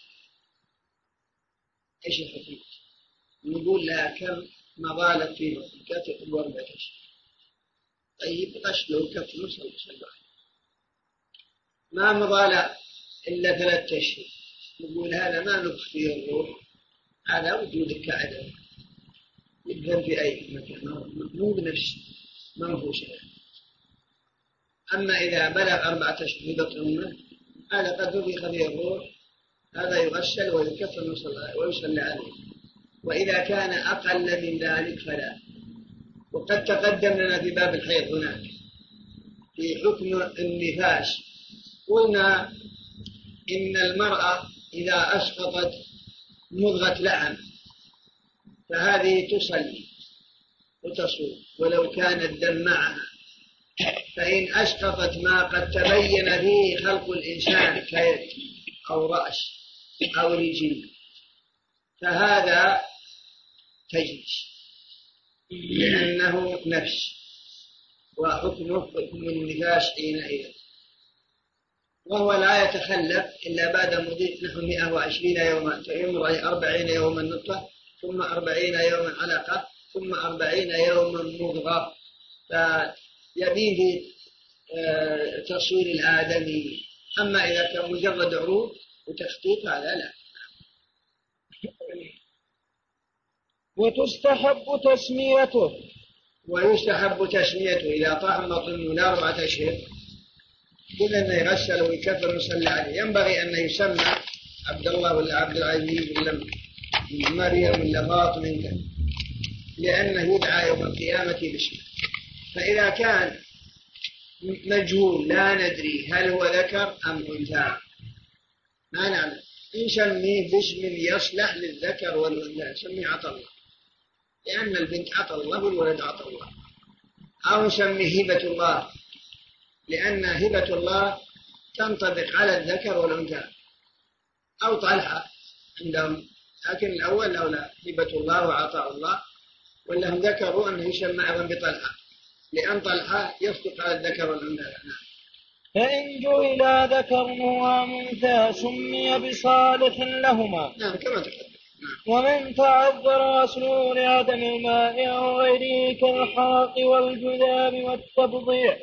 إيش الحكم؟ نقول لها كم مضى لك في بطنك؟ تقول 4 أشهر. طيب غسله وكفنه وصلى عليه. ما مضى له إلا 3 أشهر نقول هذا ما نفخ فيه الروح، هذا وجودك كعدم يدفن في أي مكان مو بنفس منفوسة. أما إذا بلغ 4 أشهر في بطن أمه هذا قد نفخ فيه الروح، هذا يغسل ويكفن ويصلى عليه. وإذا كان أقل من ذلك فلا. وقد تقدم لنا في باب الحيض هناك في حكم النفاس قلنا إن المرأة إذا أسقطت مضغة لحم فهذه تصلي وتصوم ولو كان الدم معها. فإن أسقطت ما قد تبين فيه خلق الإنسان كيد أو رأس أو رجل فهذا تجلس لأنه نفس وحكمه حكم النفاس حينئذ، وهو لا يتخلف إلا بعد مضي نحو 120 يوما، يمر 40 يوما نطفة ثم 40 يوما علقة ثم 40 يوما مضغة، فيبيه تصوير الآدمي. أما إذا كان مجرد عروض وتخطيط هذا لا. وتستحب تسميته. ويستحب تسميته إذا طاح بطنه ل 4 أشهر قلنا أنه يغسل ويكفر ويصلي عليه. ينبغي أن يسمى عبد الله ولا عبد العزيز ولا مريم ولا فاطمة لأنه يدعى يوم القيامة باسمه. فإذا كان مجهول لا ندري هل هو ذكر أم أنثى ما نعلم، نسميه باسم يصلح للذكر والأنثى، نسميه عطا الله لأن البنت عطا الله والولد عطا الله، أو نسميه هبة الله لأن هبة الله تنطبق على الذكر والأنثى، أو طلحة عندهم، لكن الأول أولى هبة الله وعطاء الله، ولا هم ذكروا أنه يسمى أيضا بطلحة لأن طلحة يصدق على الذكر والأنثى. فإن جعل ذكر وأنثى سمي بصالح لهما. نعم كما تقدم. ومن تعذر غسله لعدم الماء أو غيره كالحرق والجذام والتبضيع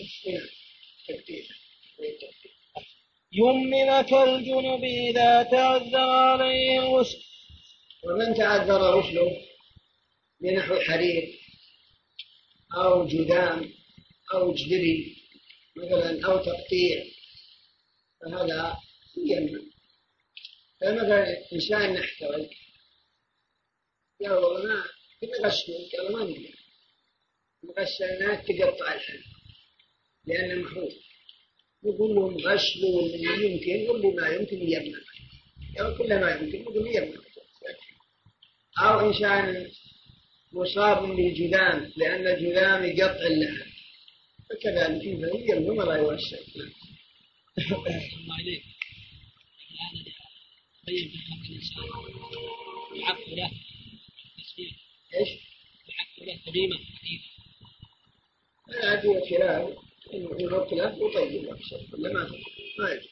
يمم كالجنب إذا تعذر عليه الغسل. ومن تعذر غسله بنحو حريق أو جذام أو جدري مثلا أو تقطيع فهذا يمم. فمثلا إنسان نحتوي يا والله كنا غسلين قال ما نقدر غسلناك تقطع الحل لأن المحروف يقول لهم غسلوا اللي يمكن واللي ما يمكن يمنع، يعني كل ما يمكن يقول يمنع. أو إنسان مصاب بالجذام لأن الجذام يقطع اللحم فكذلك يمنع ولا يوسع. الله إليك الآن بين في حق الإنسان يحق له التسبيح إيش؟ يحق له تميمة حديثة هذه خلاف إنه خلاف وطيب أكثر ولا ما يجب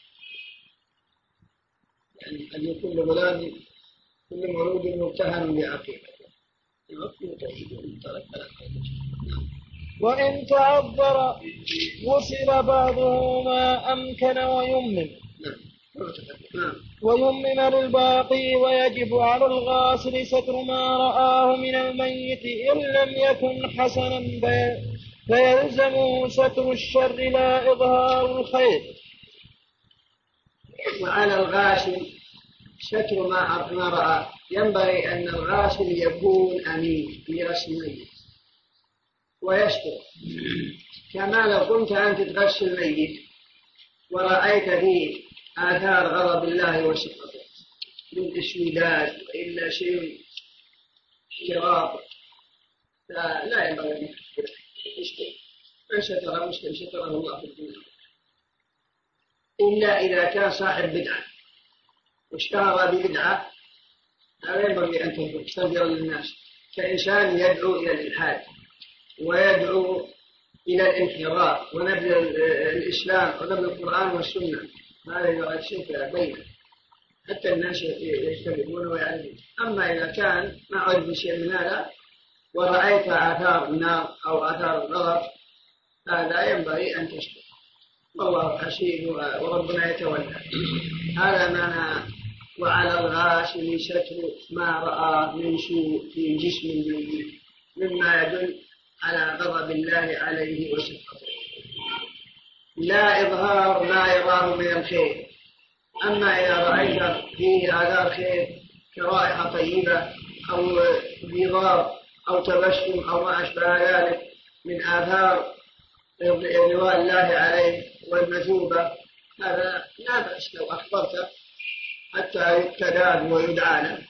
يعني أن يكون لغلام كل مولود متهم بعقيقته يغطي طيب ومترك فلا خير. وإن تعذر غسل بعضه ما أمكن ويمم. ويمم للباقي ويجب على الغاسل ستر ما رآه من الميت إن لم يكن حسنا فيلزمه ستر الشر لا إظهار الخير. وعلى الغاسل ستر ما رأى. ينبغي أن الغاسل يكون أمين في رسم الميت ويستر، كما لو كنت أنت تغسل الميت ورأيت فيه آثار غضب الله وسخطه من تسويدات وإلا شيء شراب فلا ينبغي أن يستر. من ستر مسلم ستره الله في الدنيا إلا إذا كان صاحب بدعة واشتهر ببدعة لا ينبغي أن تستنفر للناس، كإنسان يدعو إلى الإلحاد ويدعو إلى الانحراف ونبذ الإسلام ونبذ القرآن والسنة، هذا يرى شيء بينه حتى الناس يجتمعون ويعلمون. أما إذا كان ما عرف شيء من هذا ورأيت آثار النار أو آثار الغضب هذا ينبغي أن تسكت، والله حسيب وربنا يتولى. هذا معنى وعلى الغاسل ستر ما رأى من سوء في جسم الميت مما يدل على غضب الله عليه وسخطه. لا إظهار ما يراه من الخير. أما إذا رأيت فيه آثار خير كرائحة طيبة أو بيضاء أو تبسم أو ما أشبه ذلك من آثار رضوان الله عليه والمثوبة، هذا لا بأس لو أخبرته حتى يقتدى ويدعى له.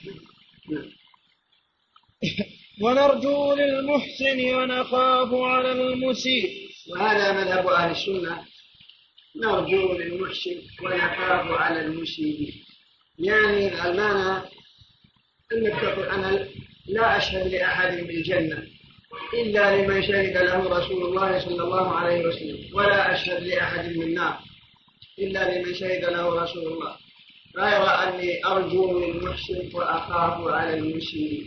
ونرجو للمحسن ونخاف على المسيء. وهذا مذهب أهل السنة، نرجو للمحسن ونخاف على المسيء. يعني المعنى أنك تقول أنا لا أشهد لأحد بالجنة إلا لمن شهد له رسول الله صلى الله عليه وسلم، ولا أشهد لأحد بالنار إلا لمن شهد له رسول الله، غير أني أرجو للمحسن وأخاف على المسيء.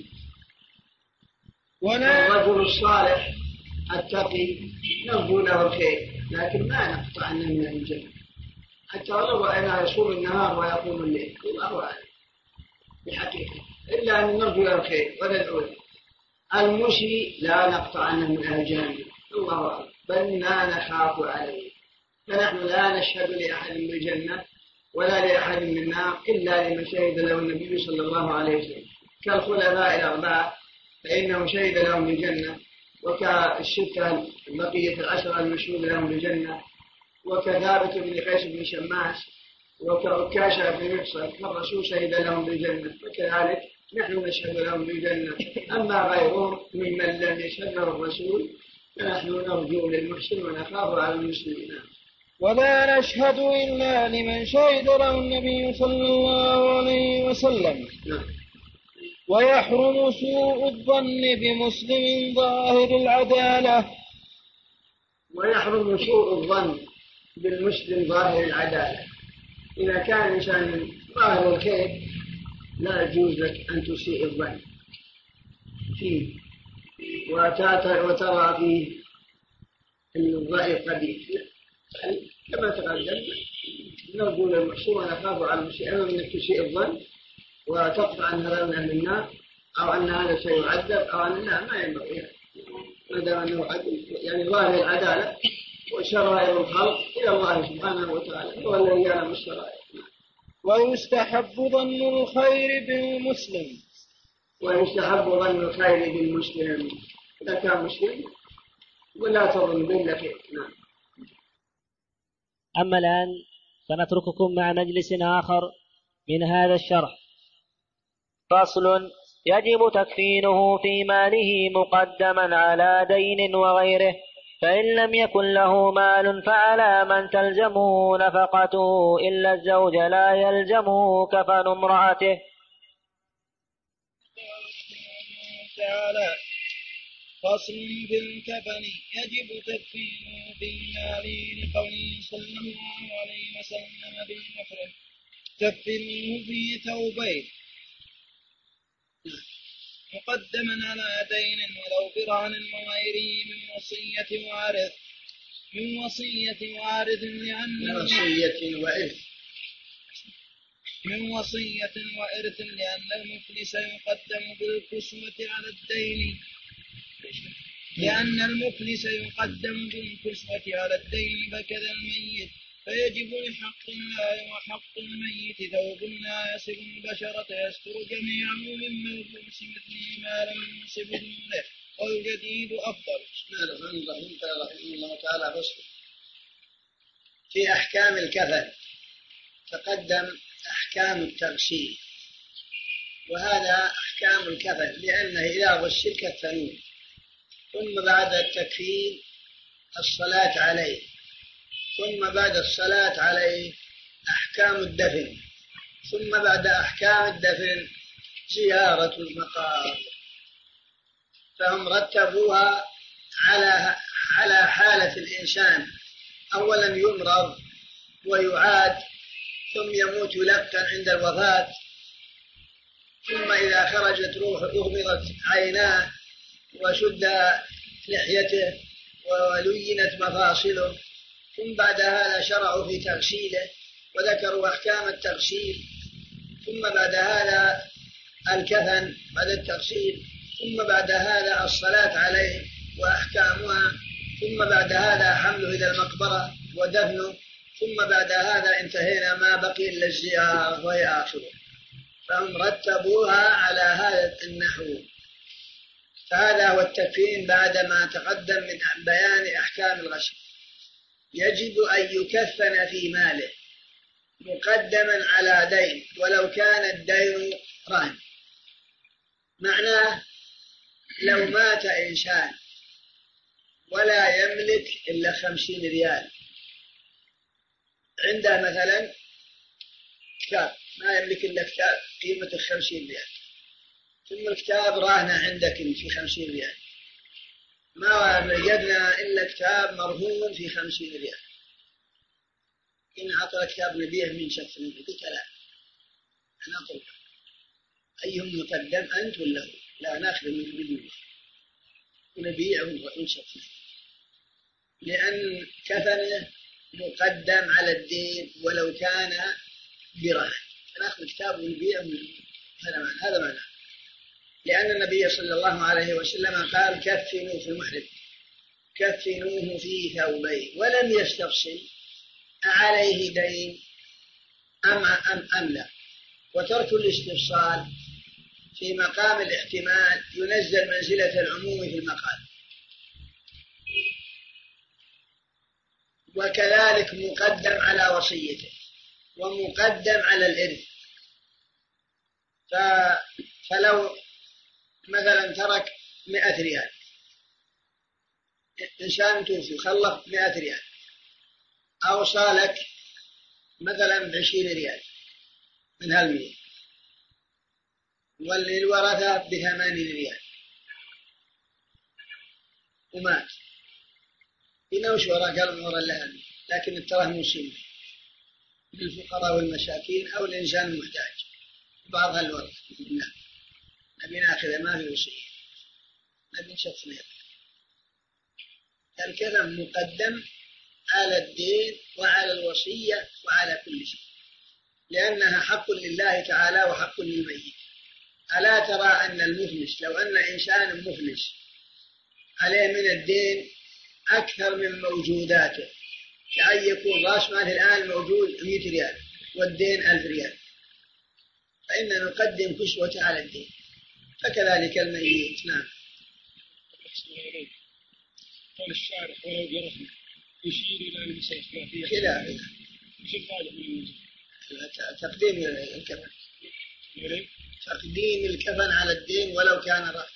الرجل الصالح التقي نرجو له الخير، لكن ما نقطع عنه من الجنة، حتى ولو رأيناه يصوم النهار ويقوم الليل الله أعلم بحقيقة، إلا أن نرجو له الخير وندعو له. المسيء لا نقطع عنه من أهل جهنم الله أعلم، بل لا نخاف عليه. فنحن لا نشهد لأحد بالجنة ولا لأحد من النار إلا لمن شهد له النبي صلى الله عليه وسلم، كالخلفاء الأربعة فإنه شهد لهم بالجنة، وكالستة بقية العشرة المشهود لهم بالجنة، وكثابت بن قيس بن شماس، وكعكاشة بن محصن، فالرسول شهد لهم بالجنة، وكذلك نحن نشهد لهم بالجنة. أما غيرهم ممن لم يشهد له الرسول فنحن نرجو للمحسن ونخاف على المسلمين. ولا نشهد إلا لمن شهد له النبي صلى الله عليه وسلم. ويحرم سوء الظن بمسلم ظاهر العدالة. ويحرم سوء الظن بالمسلم ظاهر العدالة. إذا كان إنسان ظاهر الخير لا يجوز لك أن تسيء الظن فيه وترى فيه الضعيف قديم، كما تقدم نرجو للمحسن ونخاف على المسيء. أما أنك تسيء الظن وتقطع أن هذا من النار أو أن هذا سيعذب أو أن ما ينبغي، ما دام أنه عدل يعني ظاهر العدالة وشرائع الخلق إلى الله سبحانه وتعالى، هو الذي يعلم الشرائع. ويستحب ظن الخير بالمسلم. ويستحب ظن الخير بالمسلم إذا كان مسلم ولا تظن به إلا خير. نعم. أما الآن سنترككم مع مجلس آخر من هذا الشرح. فصل: يجب تكفينه في ماله مقدما على دين وغيره، فإن لم يكن له مال فعلى من تلزمه نفقته، إلا الزوج لا يلزمه كفن امرأته. تعالى: فصل في الكفن: يجب تكفينه في ماله لقوله صلى الله عليه وسلم بالمحرم: كفنه في ثوبين مقدما على دين ولو برهن وغيره من وصية وارث لأن المفلس يقدم بالكسوة على الدين فكذا الميت، فيجب لحق الله وحق الميت ثوب لا يصل البشرة يستر جميعه من ملبوس مثله ما لم ينصب دونه، والجديد أفضل. بسم الله الرحمن الرحيم. قال رحمه الله تعالى: فصل في أحكام الكفن. تقدم أحكام التغسيل، وهذا أحكام الكفن لأنه إذا غسل كفنوه، ثم بعد التكفين الصلاة عليه، ثم بعد الصلاة عليه أحكام الدفن، ثم بعد أحكام الدفن زيارة المقابر. فهم رتبوها على حالة الإنسان، أولا يمرض ويعاد، ثم يموت يلقن عند الوفاة، ثم إذا خرجت روحه أغمضت عيناه وشد لحيته ولينت مفاصله، ثم بعد هذا شرعوا في تغسيله وذكروا أحكام التغسيل، ثم بعد هذا الكفن بعد التغسيل، ثم بعد هذا الصلاة عليه وأحكامها، ثم بعد هذا حمله إلى المقبرة ودفنه، ثم بعد هذا انتهينا ما بقي إلا الزيارة وهي آخره، فهم رتبوها على هذا النحو. فهذا هو التكفين بعدما تقدم من بيان أحكام الغسل. يجب أن يكفن في ماله مقدما على دين ولو كان الدين رهن. معناه لو مات إنسان ولا يملك إلا 50 ريال، عنده مثلا كتاب ما يملك إلا كتاب قيمته 50 ريال، ثم الكتاب راهنة عندك في 50 ريال، ما وجدنا إلا كتاب مرهون في 50 ريال، إن أعطى كتاب نبيه من شخص منه، قلت لا أنا أطلب أيهم مقدم أنت ولا هو؟ لا نأخذ منه بدون ونبيعه ونشوف، لأن كفنه مقدم على الدين ولو كان برهن، فنأخذ الكتاب ونبيعه. هذا معنى، لأن النبي صلى الله عليه وسلم قال كفنوا في المحرم، كفنوه في ثوبين، ولم يستفصل عليه دين أم لا. وترك الاستفصال في مقام الاحتمال ينزل منزلة العموم في المقام. وكذلك مقدم على وصيته ومقدم على الإرث. فلو مثلا ترك 100 ريال، إنسان توفي خلف 100 ريال، أوصى لك مثلا ب20 ريال من هالمية، وللورثة ب8 ريال، ومات هنا وش وراء؟ قال وراء لها، لكن التراهن مصيبة للفقراء والمساكين أو الإنسان المحتاج بعض هالورثة. نبي ناخذ ما في وصية، نبي نشوف نير. الكلام مقدم على الدين وعلى الوصية وعلى كل شيء، لأنها حق لله تعالى وحق للميت. ألا ترى أن المفلس لو أن إنسان مفلس عليه من الدين أكثر من موجوداته، كأن يكون رأس ماله الآن موجود 100 ريال والدين 1000 ريال، فإن نقدم كسوة على الدين، فكذلك الميت. نعم. قال الشارح ولو برهن يشير إلى المسألة الخلافية خلافية. تقديم الكفن، تقديم الكفن على الدين ولو كان رهن.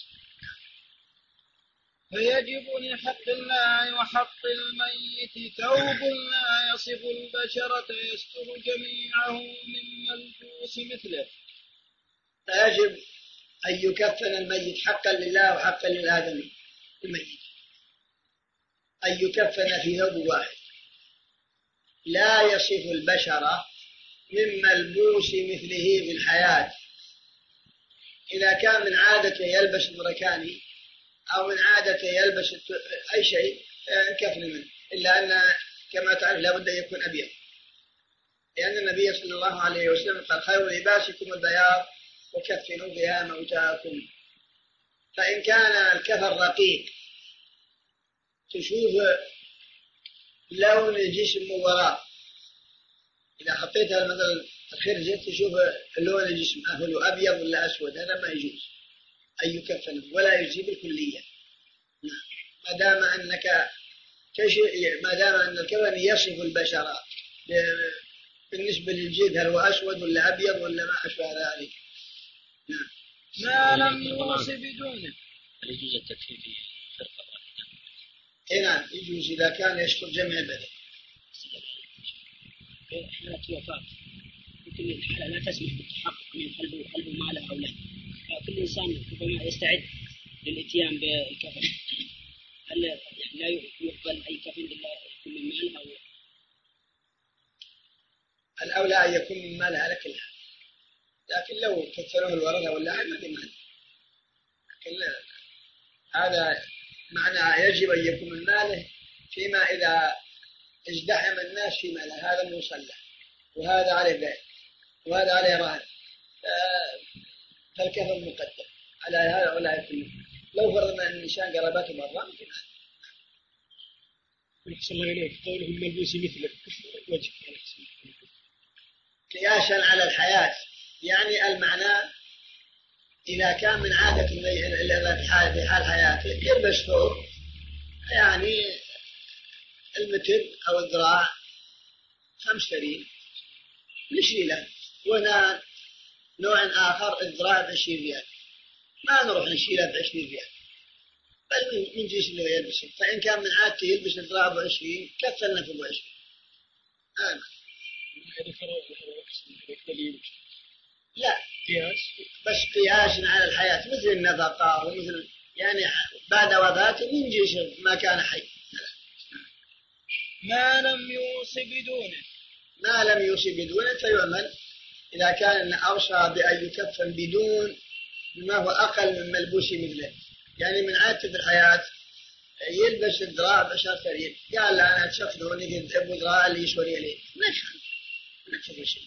فيجب لحق الله وحق الميت ثوب لا يصف البشرة يستر جميعه من ملبوس مثله. فيجب أن يكفن الميت حقا لله وحقا للآدمي. الميت أن يكفن في ثوب واحد لا يصف البشرة من ملبوس مثله في الحياة. إذا كان من عادته يلبس المركاني أو من عادته يلبس أي شيء كفن منه، إلا أن كما تعرف لابد أن يكون أبيض، لأن النبي صلى الله عليه وسلم قال خير لباسكم البياض وكفنوا بها موتاكم. فإن كان الكفن رقيق تشوف لون الجسم من وراء، إذا حطيتها مثلا الخرزة تشوف لون الجسم هل أبيض ولا أسود، هذا ما يجوز أن يكفن ولا يجزي بالكلية. ما دام أن الكفن يصف البشرة بالنسبة للجلد هل هو أسود ولا أبيض ولا ما أشبه ذلك. نعم. ما لم يوصي بدونه. هل يجوز التكفين في فرقة واحدة؟ نعم يجوز إذا كان يستر جميع البدن. في حالة الوفاة يمكن الحالة لا تسمح بالتحقق من قلب ماله أو لا، كل إنسان ربما يستعد للإتيان بالكفن، هل لا يقبل أي كفن إلا يكون من ماله أو لا؟ الأولى أن يكون من ماله على كل حال، لكن لو كفنوه الورثة ولا ما بمال، لكن هذا معنى يجب أن يكون من ماله فيما إذا ازدحم الناس في ماله، هذا مصلى وهذا عليه بيع وهذا عليه رهن، فالكفن مقدم على هذا ولا يكون. لو فرضنا أن الإنسان قرابته مرة أحسن الله إليك قوله الملبوس مثله وجه قياسا على الحياة، يعني المعنى إذا كان من عادة في حال حياته يلبس ثوب يعني المتر أو الذراع 5 فريل نشيله، وهنا نوع آخر الذراع ب20 ريال، ما نروح نشيله ب20 ريال بل من جيش اللي يلبسه، فإن كان من عادته يلبس الذراع ب20 كفلنا في ب20. لا قياس، بس قياس على الحياة مثل النفقة ومثل يعني بعد وفاته من جيش ما كان حي. ما لم يوصي بدونه، ما لم يوصي بدونه فيعمل إذا كان أوصى بأن يكفن بدون ما هو أقل من ملبوس مثله، يعني من عادته في الحياة يلبس الذراع ب10 فريل، قال لا أنا تشفدوني أبو ذراع اللي يسوري لي نكفر شيء.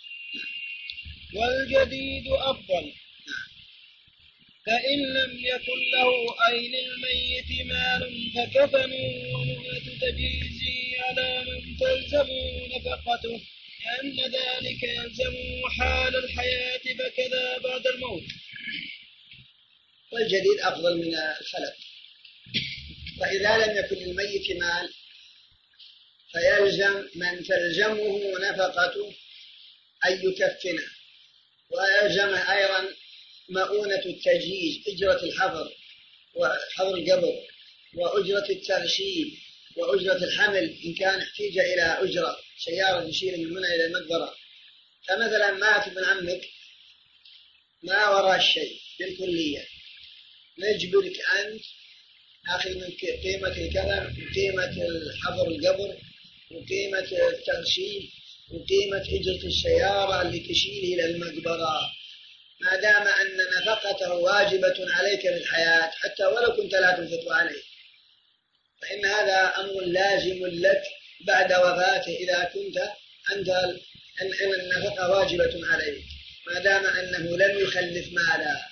والجديد أفضل. فإن لم يكن له أي للميت مال فكفن ومؤنة تجيزي على من تلزم نفقته، لأن ذلك يلزم حال الحياة فكذا بعد الموت. والجديد أفضل من الخلق. فإذا لم يكن للميت مال فيلزم من تلزمه نفقته أن يكفنه، ويلزم أيضا مؤونة التجهيز، أجرة الحفر وحفر القبر، وأجرة التغسيل، وأجرة الحمل إن كان احتاج إلى أجرة سيارة تشيل من هنا إلى المقبرة. فمثلا مات ابن عمك ما وراء الشيء بالكلية، نجبرك أنت أخذ من قيمة الكفن وقيمة حفر القبر وقيمة التغسيل وقيمة أجرة السيارة اللي تشيله إلى المقبرة، ما دام أن نفقته واجبة عليك في الحياة حتى ولو كنت لا تنفق عليه، فإن هذا أمر لازم لك بعد وفاته إذا كنت أنت أن النفقة واجبة عليك ما دام أنه لم يخلف مالا.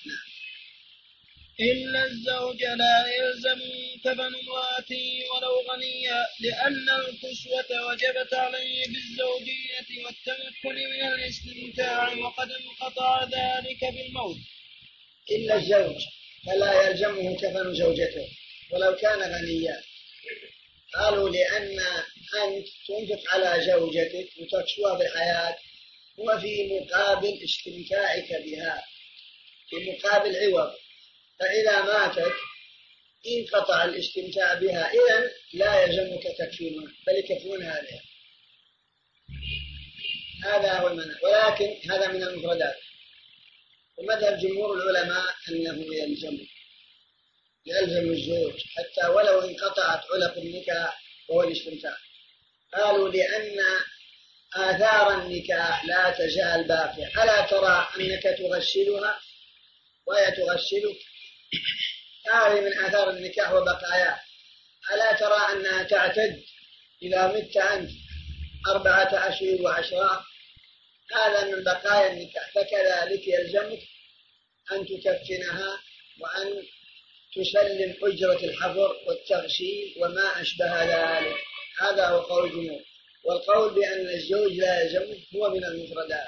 إلا الزوج لا يلزم كفن امرأته ولو غنيا، لأن الكسوة وجبت عليه بالزوجية والتمكن من الاستمتاع، وقد انقطع ذلك بالموت. إلا الزوج فلا يلزمه كفن زوجته ولو كان غنيا. قالوا لأن أنت تنفق على زوجتك وتكسوها بالحياة وفي مقابل استمتاعك بها، في مقابل عوض، فإذا ماتت انقطع الاستمتاع بها، إذن لا يلزمك تكفينها بل يكفونها عليها. هذا هو المعنى، ولكن هذا من المفردات. ومذهب جمهور العلماء أنه يلزم الزوج حتى ولو انقطعت علق النكاح وهو الاستمتاع. قالوا لأن آثار النكاح لا تزال باقية. ألا ترى أنك تغسلها وهي تغسلك؟ هذه من آثار النكاح وبقاياه. ألا ترى أنها تعتد إذا مت أنت 4 أشهر و10؟ هذا من بقايا النكاح. فكذلك يلزمك أن تكفنها وأن تسلم أجرة الحفر والتغسيل وما أشبه ذلك. هذا هو قول الجمهور، والقول بأن الزوج لا يلزمه هو من المفردات.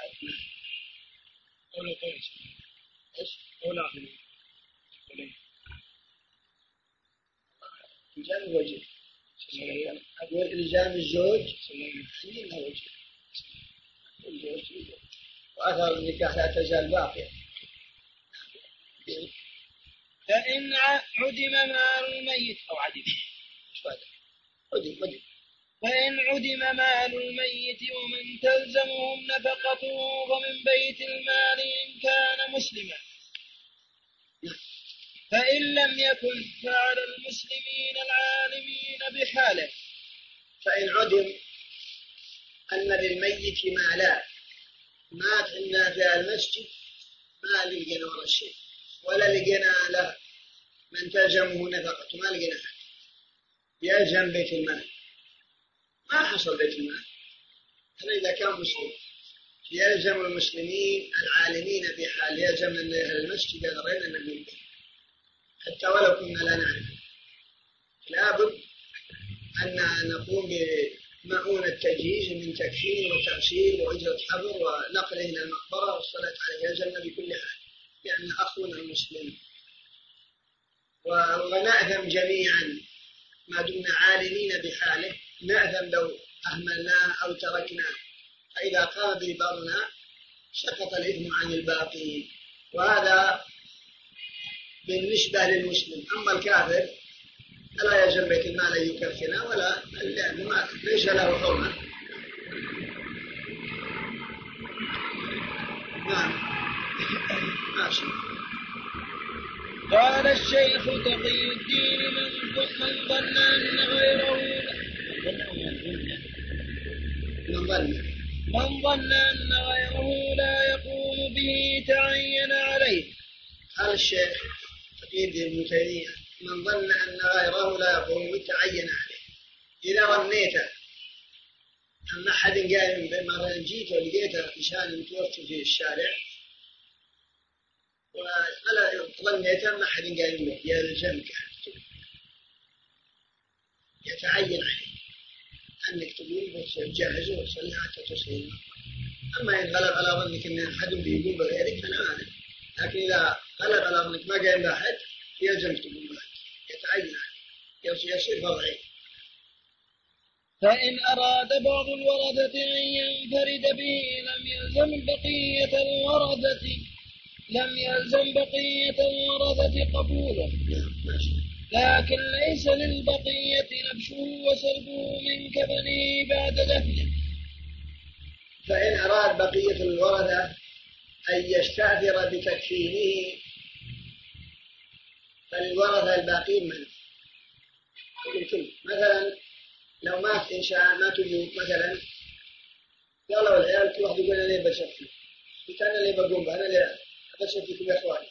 إلزام الوجه، أقول إلزام الزوج إنه وجه، وأثر النكاح لا تزال باقية. فإن عدم مال الميت أو عدم فإن عدم مال الميت ومن تلزمهم نفقته فمن بيت المال إن كان مسلما، فإن لم يكن فعلى المسلمين العالمين بحاله. فإن عدم أن للميت مالا، مات عندنا في المسجد ما لقينا ولا شيء ولا لقينا له من تلزمه نفقته، ما لقينا حد يلزم بيت المال، ما حصل بيت المال. أنا إذا كان مسلم يلزم المسلمين العالمين بحال، يلزم المسجد غير النبي حتى ولو كنا لا نعرف. لابد أن نقوم بمؤونة التجهيز من تكفين وتغسيل وإجرة حفر ونقله إلى المقبرة والصلاة عليه يلزمنا بكل حال لأن أخونا المسلم. ونأثم جميعا ما دمنا عالمين بحاله، نأثم لو أهملناه أو تركناه، فإذا قام به بعضنا سقط الإثم عن الباقي، وهذا بالنسبة للمسلم. أما الكافر فلا يلزم بيت المال أن يكفنا ولا ليس له حرمة. نعم ماشي. قال الشيخ تقي الدين من ظن أن غيره لا يقوم به تعين عليه. قال الشيخ تقي الدين ابن تيمية من ظن أن غيره لا يقوم به تعين عليه. إذا ظنيت أن أحد قائم بما جيت ولقيته إنسان متوفي في الشارع ولا ظنيت أن أحد قائم به يلزمك يتعين عليه أنك تقول وتجهزه وتصلي حتى تصلي. أما إن غلب على ظنك أن أحد بيقوم بغيرك فلا مانع، لكن إذا غلب على ظنك ما قائم بأحد يلزمك تقوم به يتعين عليه يصير فرض عين. فإن أراد بعض الورثة أن ينفرد به لم يلزم بقية الورثة قبوله، لكن ليس للبقية نبشه وسلبه من كفنه بعد دفنه. فإن أراد بقية الورثة أن يستأثر بتكفينه فالورثة الباقين من يمكن مثلا لو مات إنسان ما تجوب مثلا قالوا العيال كل واحد يقول أنا ليه بشفي كان اللي بقوم به أنا ليه بشفي كل إخواني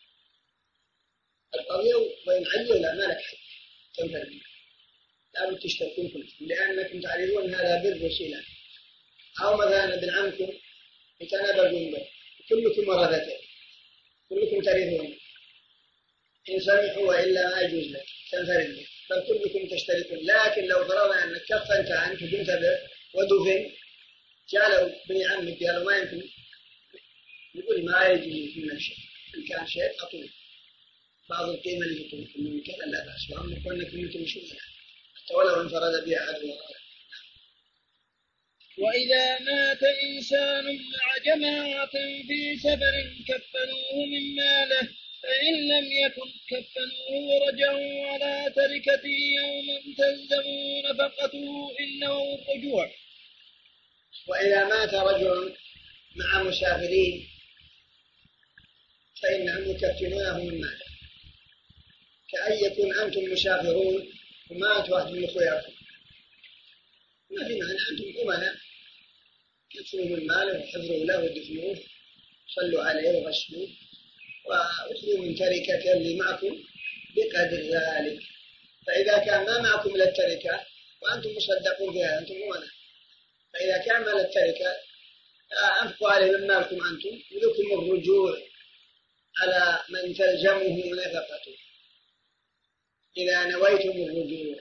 القضية وين عيوا لا ما لك حق تنفرد لابد تشتركون كلكم لأنكم تعرفون هذا بر وصلة. أو مثلا ابن عمكم أنا بقوم به كلكم ورثته كلكم ترثون إن سمحوا وإلا ما يجوز لك تنفرد به بل كلكم تشتركون. لكن لو فرضنا أنك كفنت عنك وقمت به ودفن جالوا بني عمك قالوا ما يمكن يقول ما يجوز من شيء إن كان شيء أطول بعض القيمة اللي يطلق من كذا لا بأس وأنكم أنتم شغلة حتى ولو انفرد بها عدو وغيره. وإذا مات إنسان مع جماعة في سفر كفنوه من ماله فإن لم يكن كفنوه ورجعوا على تركته يوما تلزموا نفقته إنه الرجوع. وإذا مات رجل مع مسافرين فإنهم يكفنونه من ماله كأن يكون أنتم مسافرون ومات واحد من أخوياكم ما في معنى أنتم أمنا كفنوا من ماله وحفظوا له ودفنوه صلوا عليه وغسلوه وأخذوا من تركة اللي معكم بقدر ذلك. فإذا كان ما معكم إلا التركة وأنتم مصدقون فيها أنتم أمنا فإذا كان مال التركة أنفقوا عليه من مالكم أنتم ولكم الرجوع على من تلزمه نفقته إذا نويتم الرجوع.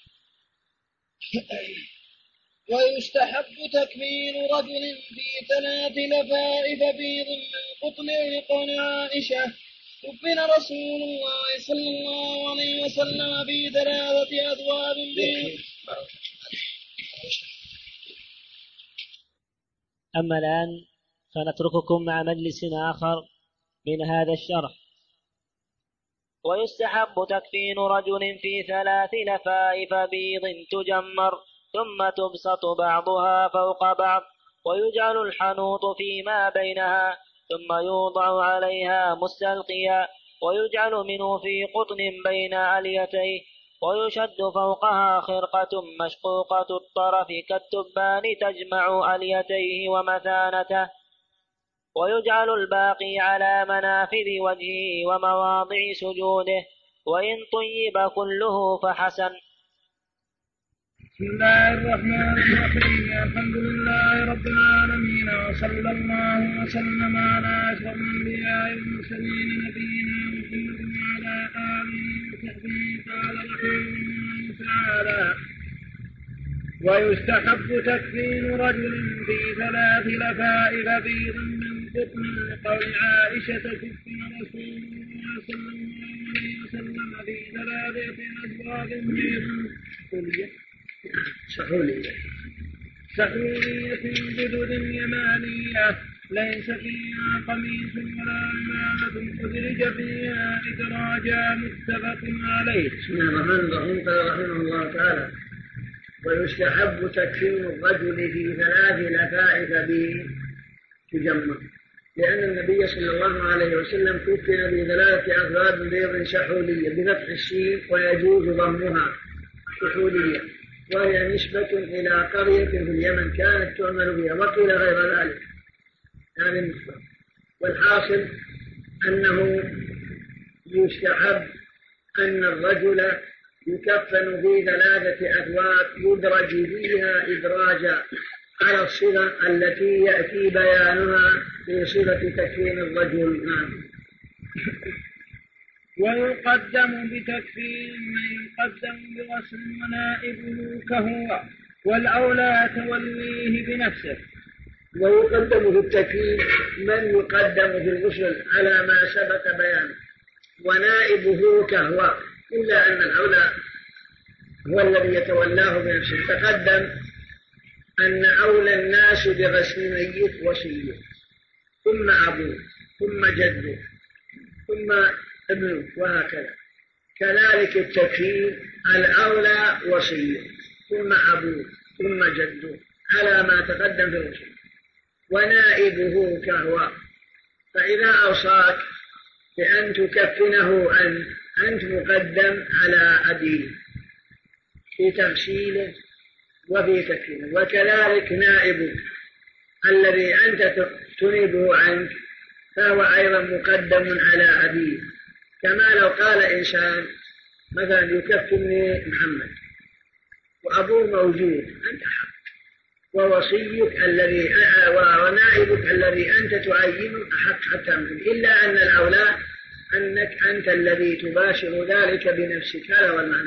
ويستحب تكفين رجل في 3 لفائف بيض من قطن عقن عائشة كفن رسول الله صلى الله عليه وسلم في 3 أثواب بيض. أما الآن فنترككم مع مجلس آخر من هذا الشرح. ويستحب تكفين رجل في 3 لفائف بيض تجمر ثم تبسط بعضها فوق بعض ويجعل الحنوط فيما بينها ثم يوضع عليها مستلقيا ويجعل منه في قطن بين عليتيه ويشد فوقها خرقة مشقوقة الطرف كالتبان تجمع عليتيه ومثانته ويجعل الباقي على منافذ وجهه ومواضع سجوده وإن طيب كله فحسن. بسم الله الرحمن الرحيم الحمد لله رب العالمين وصلى الله وسلم على أشرف الأنبياء والمرسلين نبينا محمد وعلى آله وصحبه قال رحمه الله تعالى ويستحب تكفين رجل في 3 لفائف بيض من قطن قول عائشة كفن رسول الله صلى الله عليه وسلم في 3 أزواج بيض سحولية جدد يمانية ليس فيها قميص ولا عمامة أدرج فيها إدراجا متفق عليه. بسم الله الرحمن الرحيم. قال رحمه الله تعالى: ويستحب تكفين الرجل في 3 لفائف بيض تجمع، لأن النبي صلى الله عليه وسلم كفن في 3 أزواج بيض سحولية بفتح السين ويجوز ضمها سحولية، وهي نسبة إلى قرية في اليمن كانت تعمل بها، وقيل غير ذلك. هذه النسبة. والحاصل أنه يستحب أن الرجل يكفن في 3 أثواب يدرج فيها إدراجا على الصفة التي يأتي بيانها في صفة تكفين الرجل. ويقدم بتكفين من يقدم بغسل ونائبه كهو، والأولى توليه بنفسه. ويقدم في التكفين من يقدم في الغسل على ما سبق بيانه، ونائبه كهو، إلا أن الأولى هو الذي يتولاه بنفسه. تقدم أن أولى الناس بغسل ميت وصيه، ثم أبوه، ثم جده، ثم ابنه، وهكذا. كذلك التكفين الأولى وصيه، ثم أبوه، ثم جده، على ما تقدم في الغسل. ونائبه كهو، فإذا أوصاك بأن تكفنه أنت مقدم على أبيه في تغسيله وفي تكفينه، وكذلك نائبك الذي أنت تنيبه عنك فهو أيضا مقدم على أبيه. كما لو قال إنسان مثلا يكفنني محمد وأبوه موجود، أنت حق، ووصيك الذي ونائبك الذي أنت تعينه أحق حتى منه، إلا أن الأولى أنك أنت الذي تباشر ذلك بنفسك. هذا هو المعنى.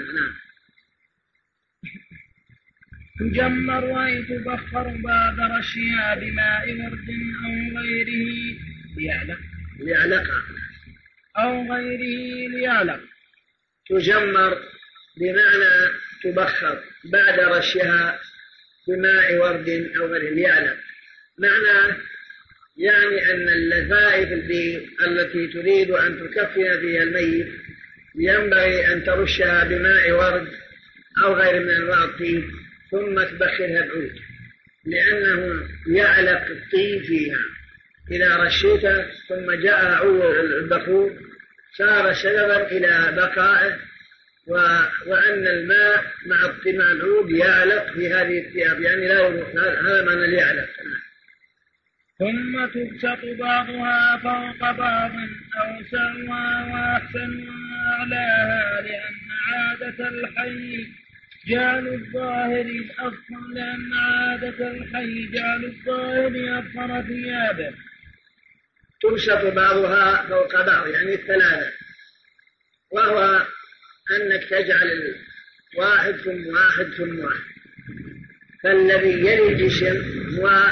تجمر ويتبخر بعد رشها بماء ورد أو غيره ليعلق أو غيره ليعلق. تجمر بمعنى تبخر بعد رشها بماء ورد أو غيره ليعلق. معناه يعني أن اللفائف التي تريد أن تكفن فيها الميت ينبغي أن ترشها بماء ورد أو غير من أنواع الطيب، ثم تبخرها بعود، لأنه يعلق الطيب فيها. إذا رشيته ثم جاء البخور صار سببا إلى بقائه، وأن الماء مع العود يعلق في هذه الثياب، يعني لا يروح. هذا معنى اللي يعلق. ثم تبسط بعضها فوق بعض أوسعها وأحسنها أعلاها، لأن عادة الحي جعل الظاهر أفضل، لأن عادة الحي جعل الظاهر أفضل ثيابه. تبسط بعضها فوق بعض يعني 3، وهو أنك تجعل واحد ثم واحد ثم واحد، فالذي يلي الجسم هو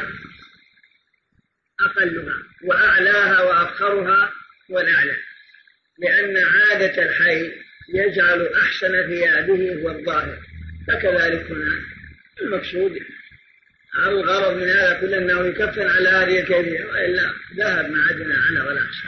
أقلها وأعلاها وأفخرها والأعلى، لأن عادة الحي يجعل أحسن ثيابه هو الظاهر. فكذلك هنا المقصود الغرض من هذا كله أنه يكفن على هذه الكيفية، وإلا ذهب ما عدنا عنه ولا أحسن.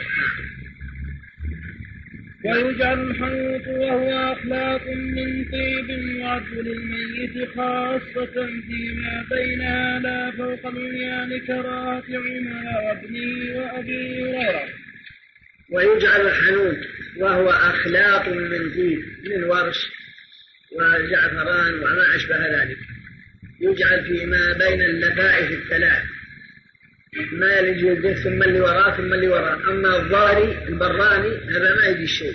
ويجعل الحنوط وهو أخلاق من طيب يعد للميت خاصة فيما بينها لا فوق العيان كراهة عمر وابنه وأبي هريرة. ويجعل الحنوط وهو أخلاق من طيب من ورش وزعفران وما أشبه ذلك، يجعل فيما بين اللفائف 3، ما يلج الجلد ثم اللي وراه ثم اللي وراه. أما الضاري البراني هذا ما يجي الشيء،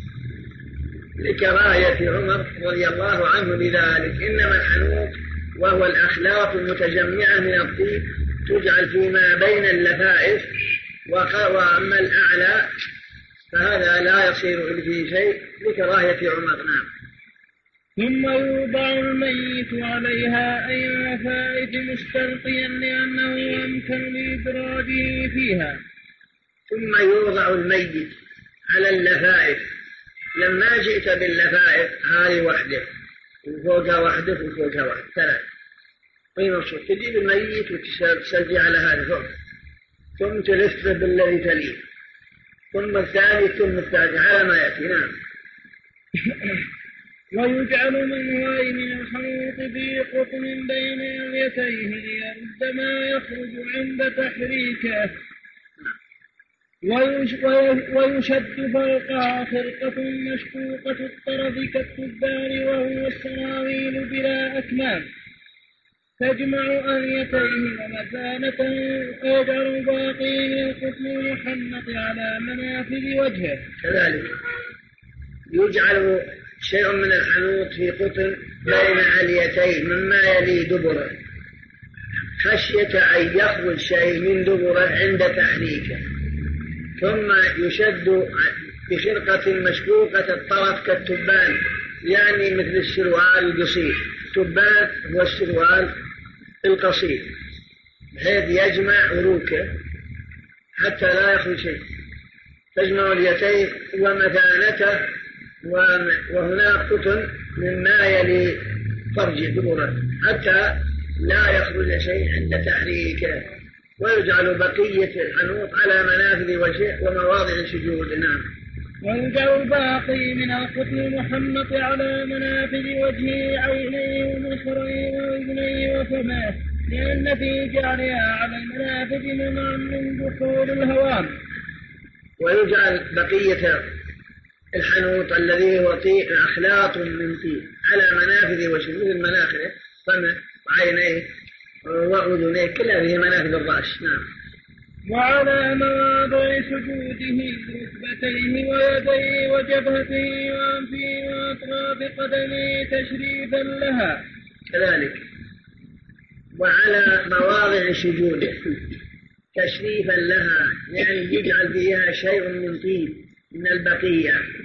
لكراهية عمر رضي الله عنه لذلك. إنما الحنوط وهو الأخلاق المتجمعة من الطيب تجعل فيما بين اللفائف، وأما الأعلى فهذا لا يصير فيه شيء لكراهية عمر. ثم يوضع الميت عليها أي اللفائف مستلقيا لأنه أمكن لإدراجه فيها. ثم يوضع الميت على اللفائف. لما جئت باللفائف هذه وحده وفوقها وحده وفوقها وحده ثلاث ويمشط، تجيب الميت وتسلجي على هذا فوق، ثم تلفه بالذي تليه، ثم الثاني ثم الثالث على ما يأتي. نعم. ويجعل من هوي من الحنوط في قطن بين اليتيه ليرد ما يخرج عند تحريكه، ويشد فوقها خرقة مشقوقة الطرف كالتبان وهو السراويل بلا أكمام تجمع أليتيه ومثانته، ويجعل باقي القطن المحنط على منافذ وجهه. كذلك يجعل شيء من الحنوط في قطن بين عليتيه مما يلي دبره خشية أن يخرج شيء من دبره عند تحريكه، ثم يشد بخرقة مشقوقة الطرف كالتبان، يعني مثل السروال القصير. التبان هو السروال القصير بحيث يجمع عروقه حتى لا يخرج شيء، تجمع اليتين ومثانته، وهناك قطن مما يلي فرج دبره حتى لا يخرج شيء عند تحريكه، ويجعل بقية الحنوط على منافذ وجهه ومواضع سجود. نعم. ويجعل الباقي من القطن المحنط على منافذ وجهه عينيه ومخريه وإذنيه وفمه، لأن في جعلها على المنافذ منع من دخول الهوام. ويجعل بقية الحنوط الذي هو أخلاط من طين على منافذ وجهه مثل مناخره فمه وعينيه وأذنيه كلها في منافذ الرأس. نعم. وعلى مواضع سجوده ركبتيه ويديه وجبهته وأنفه وأطراف قدميه تشريفا لها. كذلك وعلى مواضع سجوده تشريفا لها، يعني يجعل فيها شيء من طين من البقية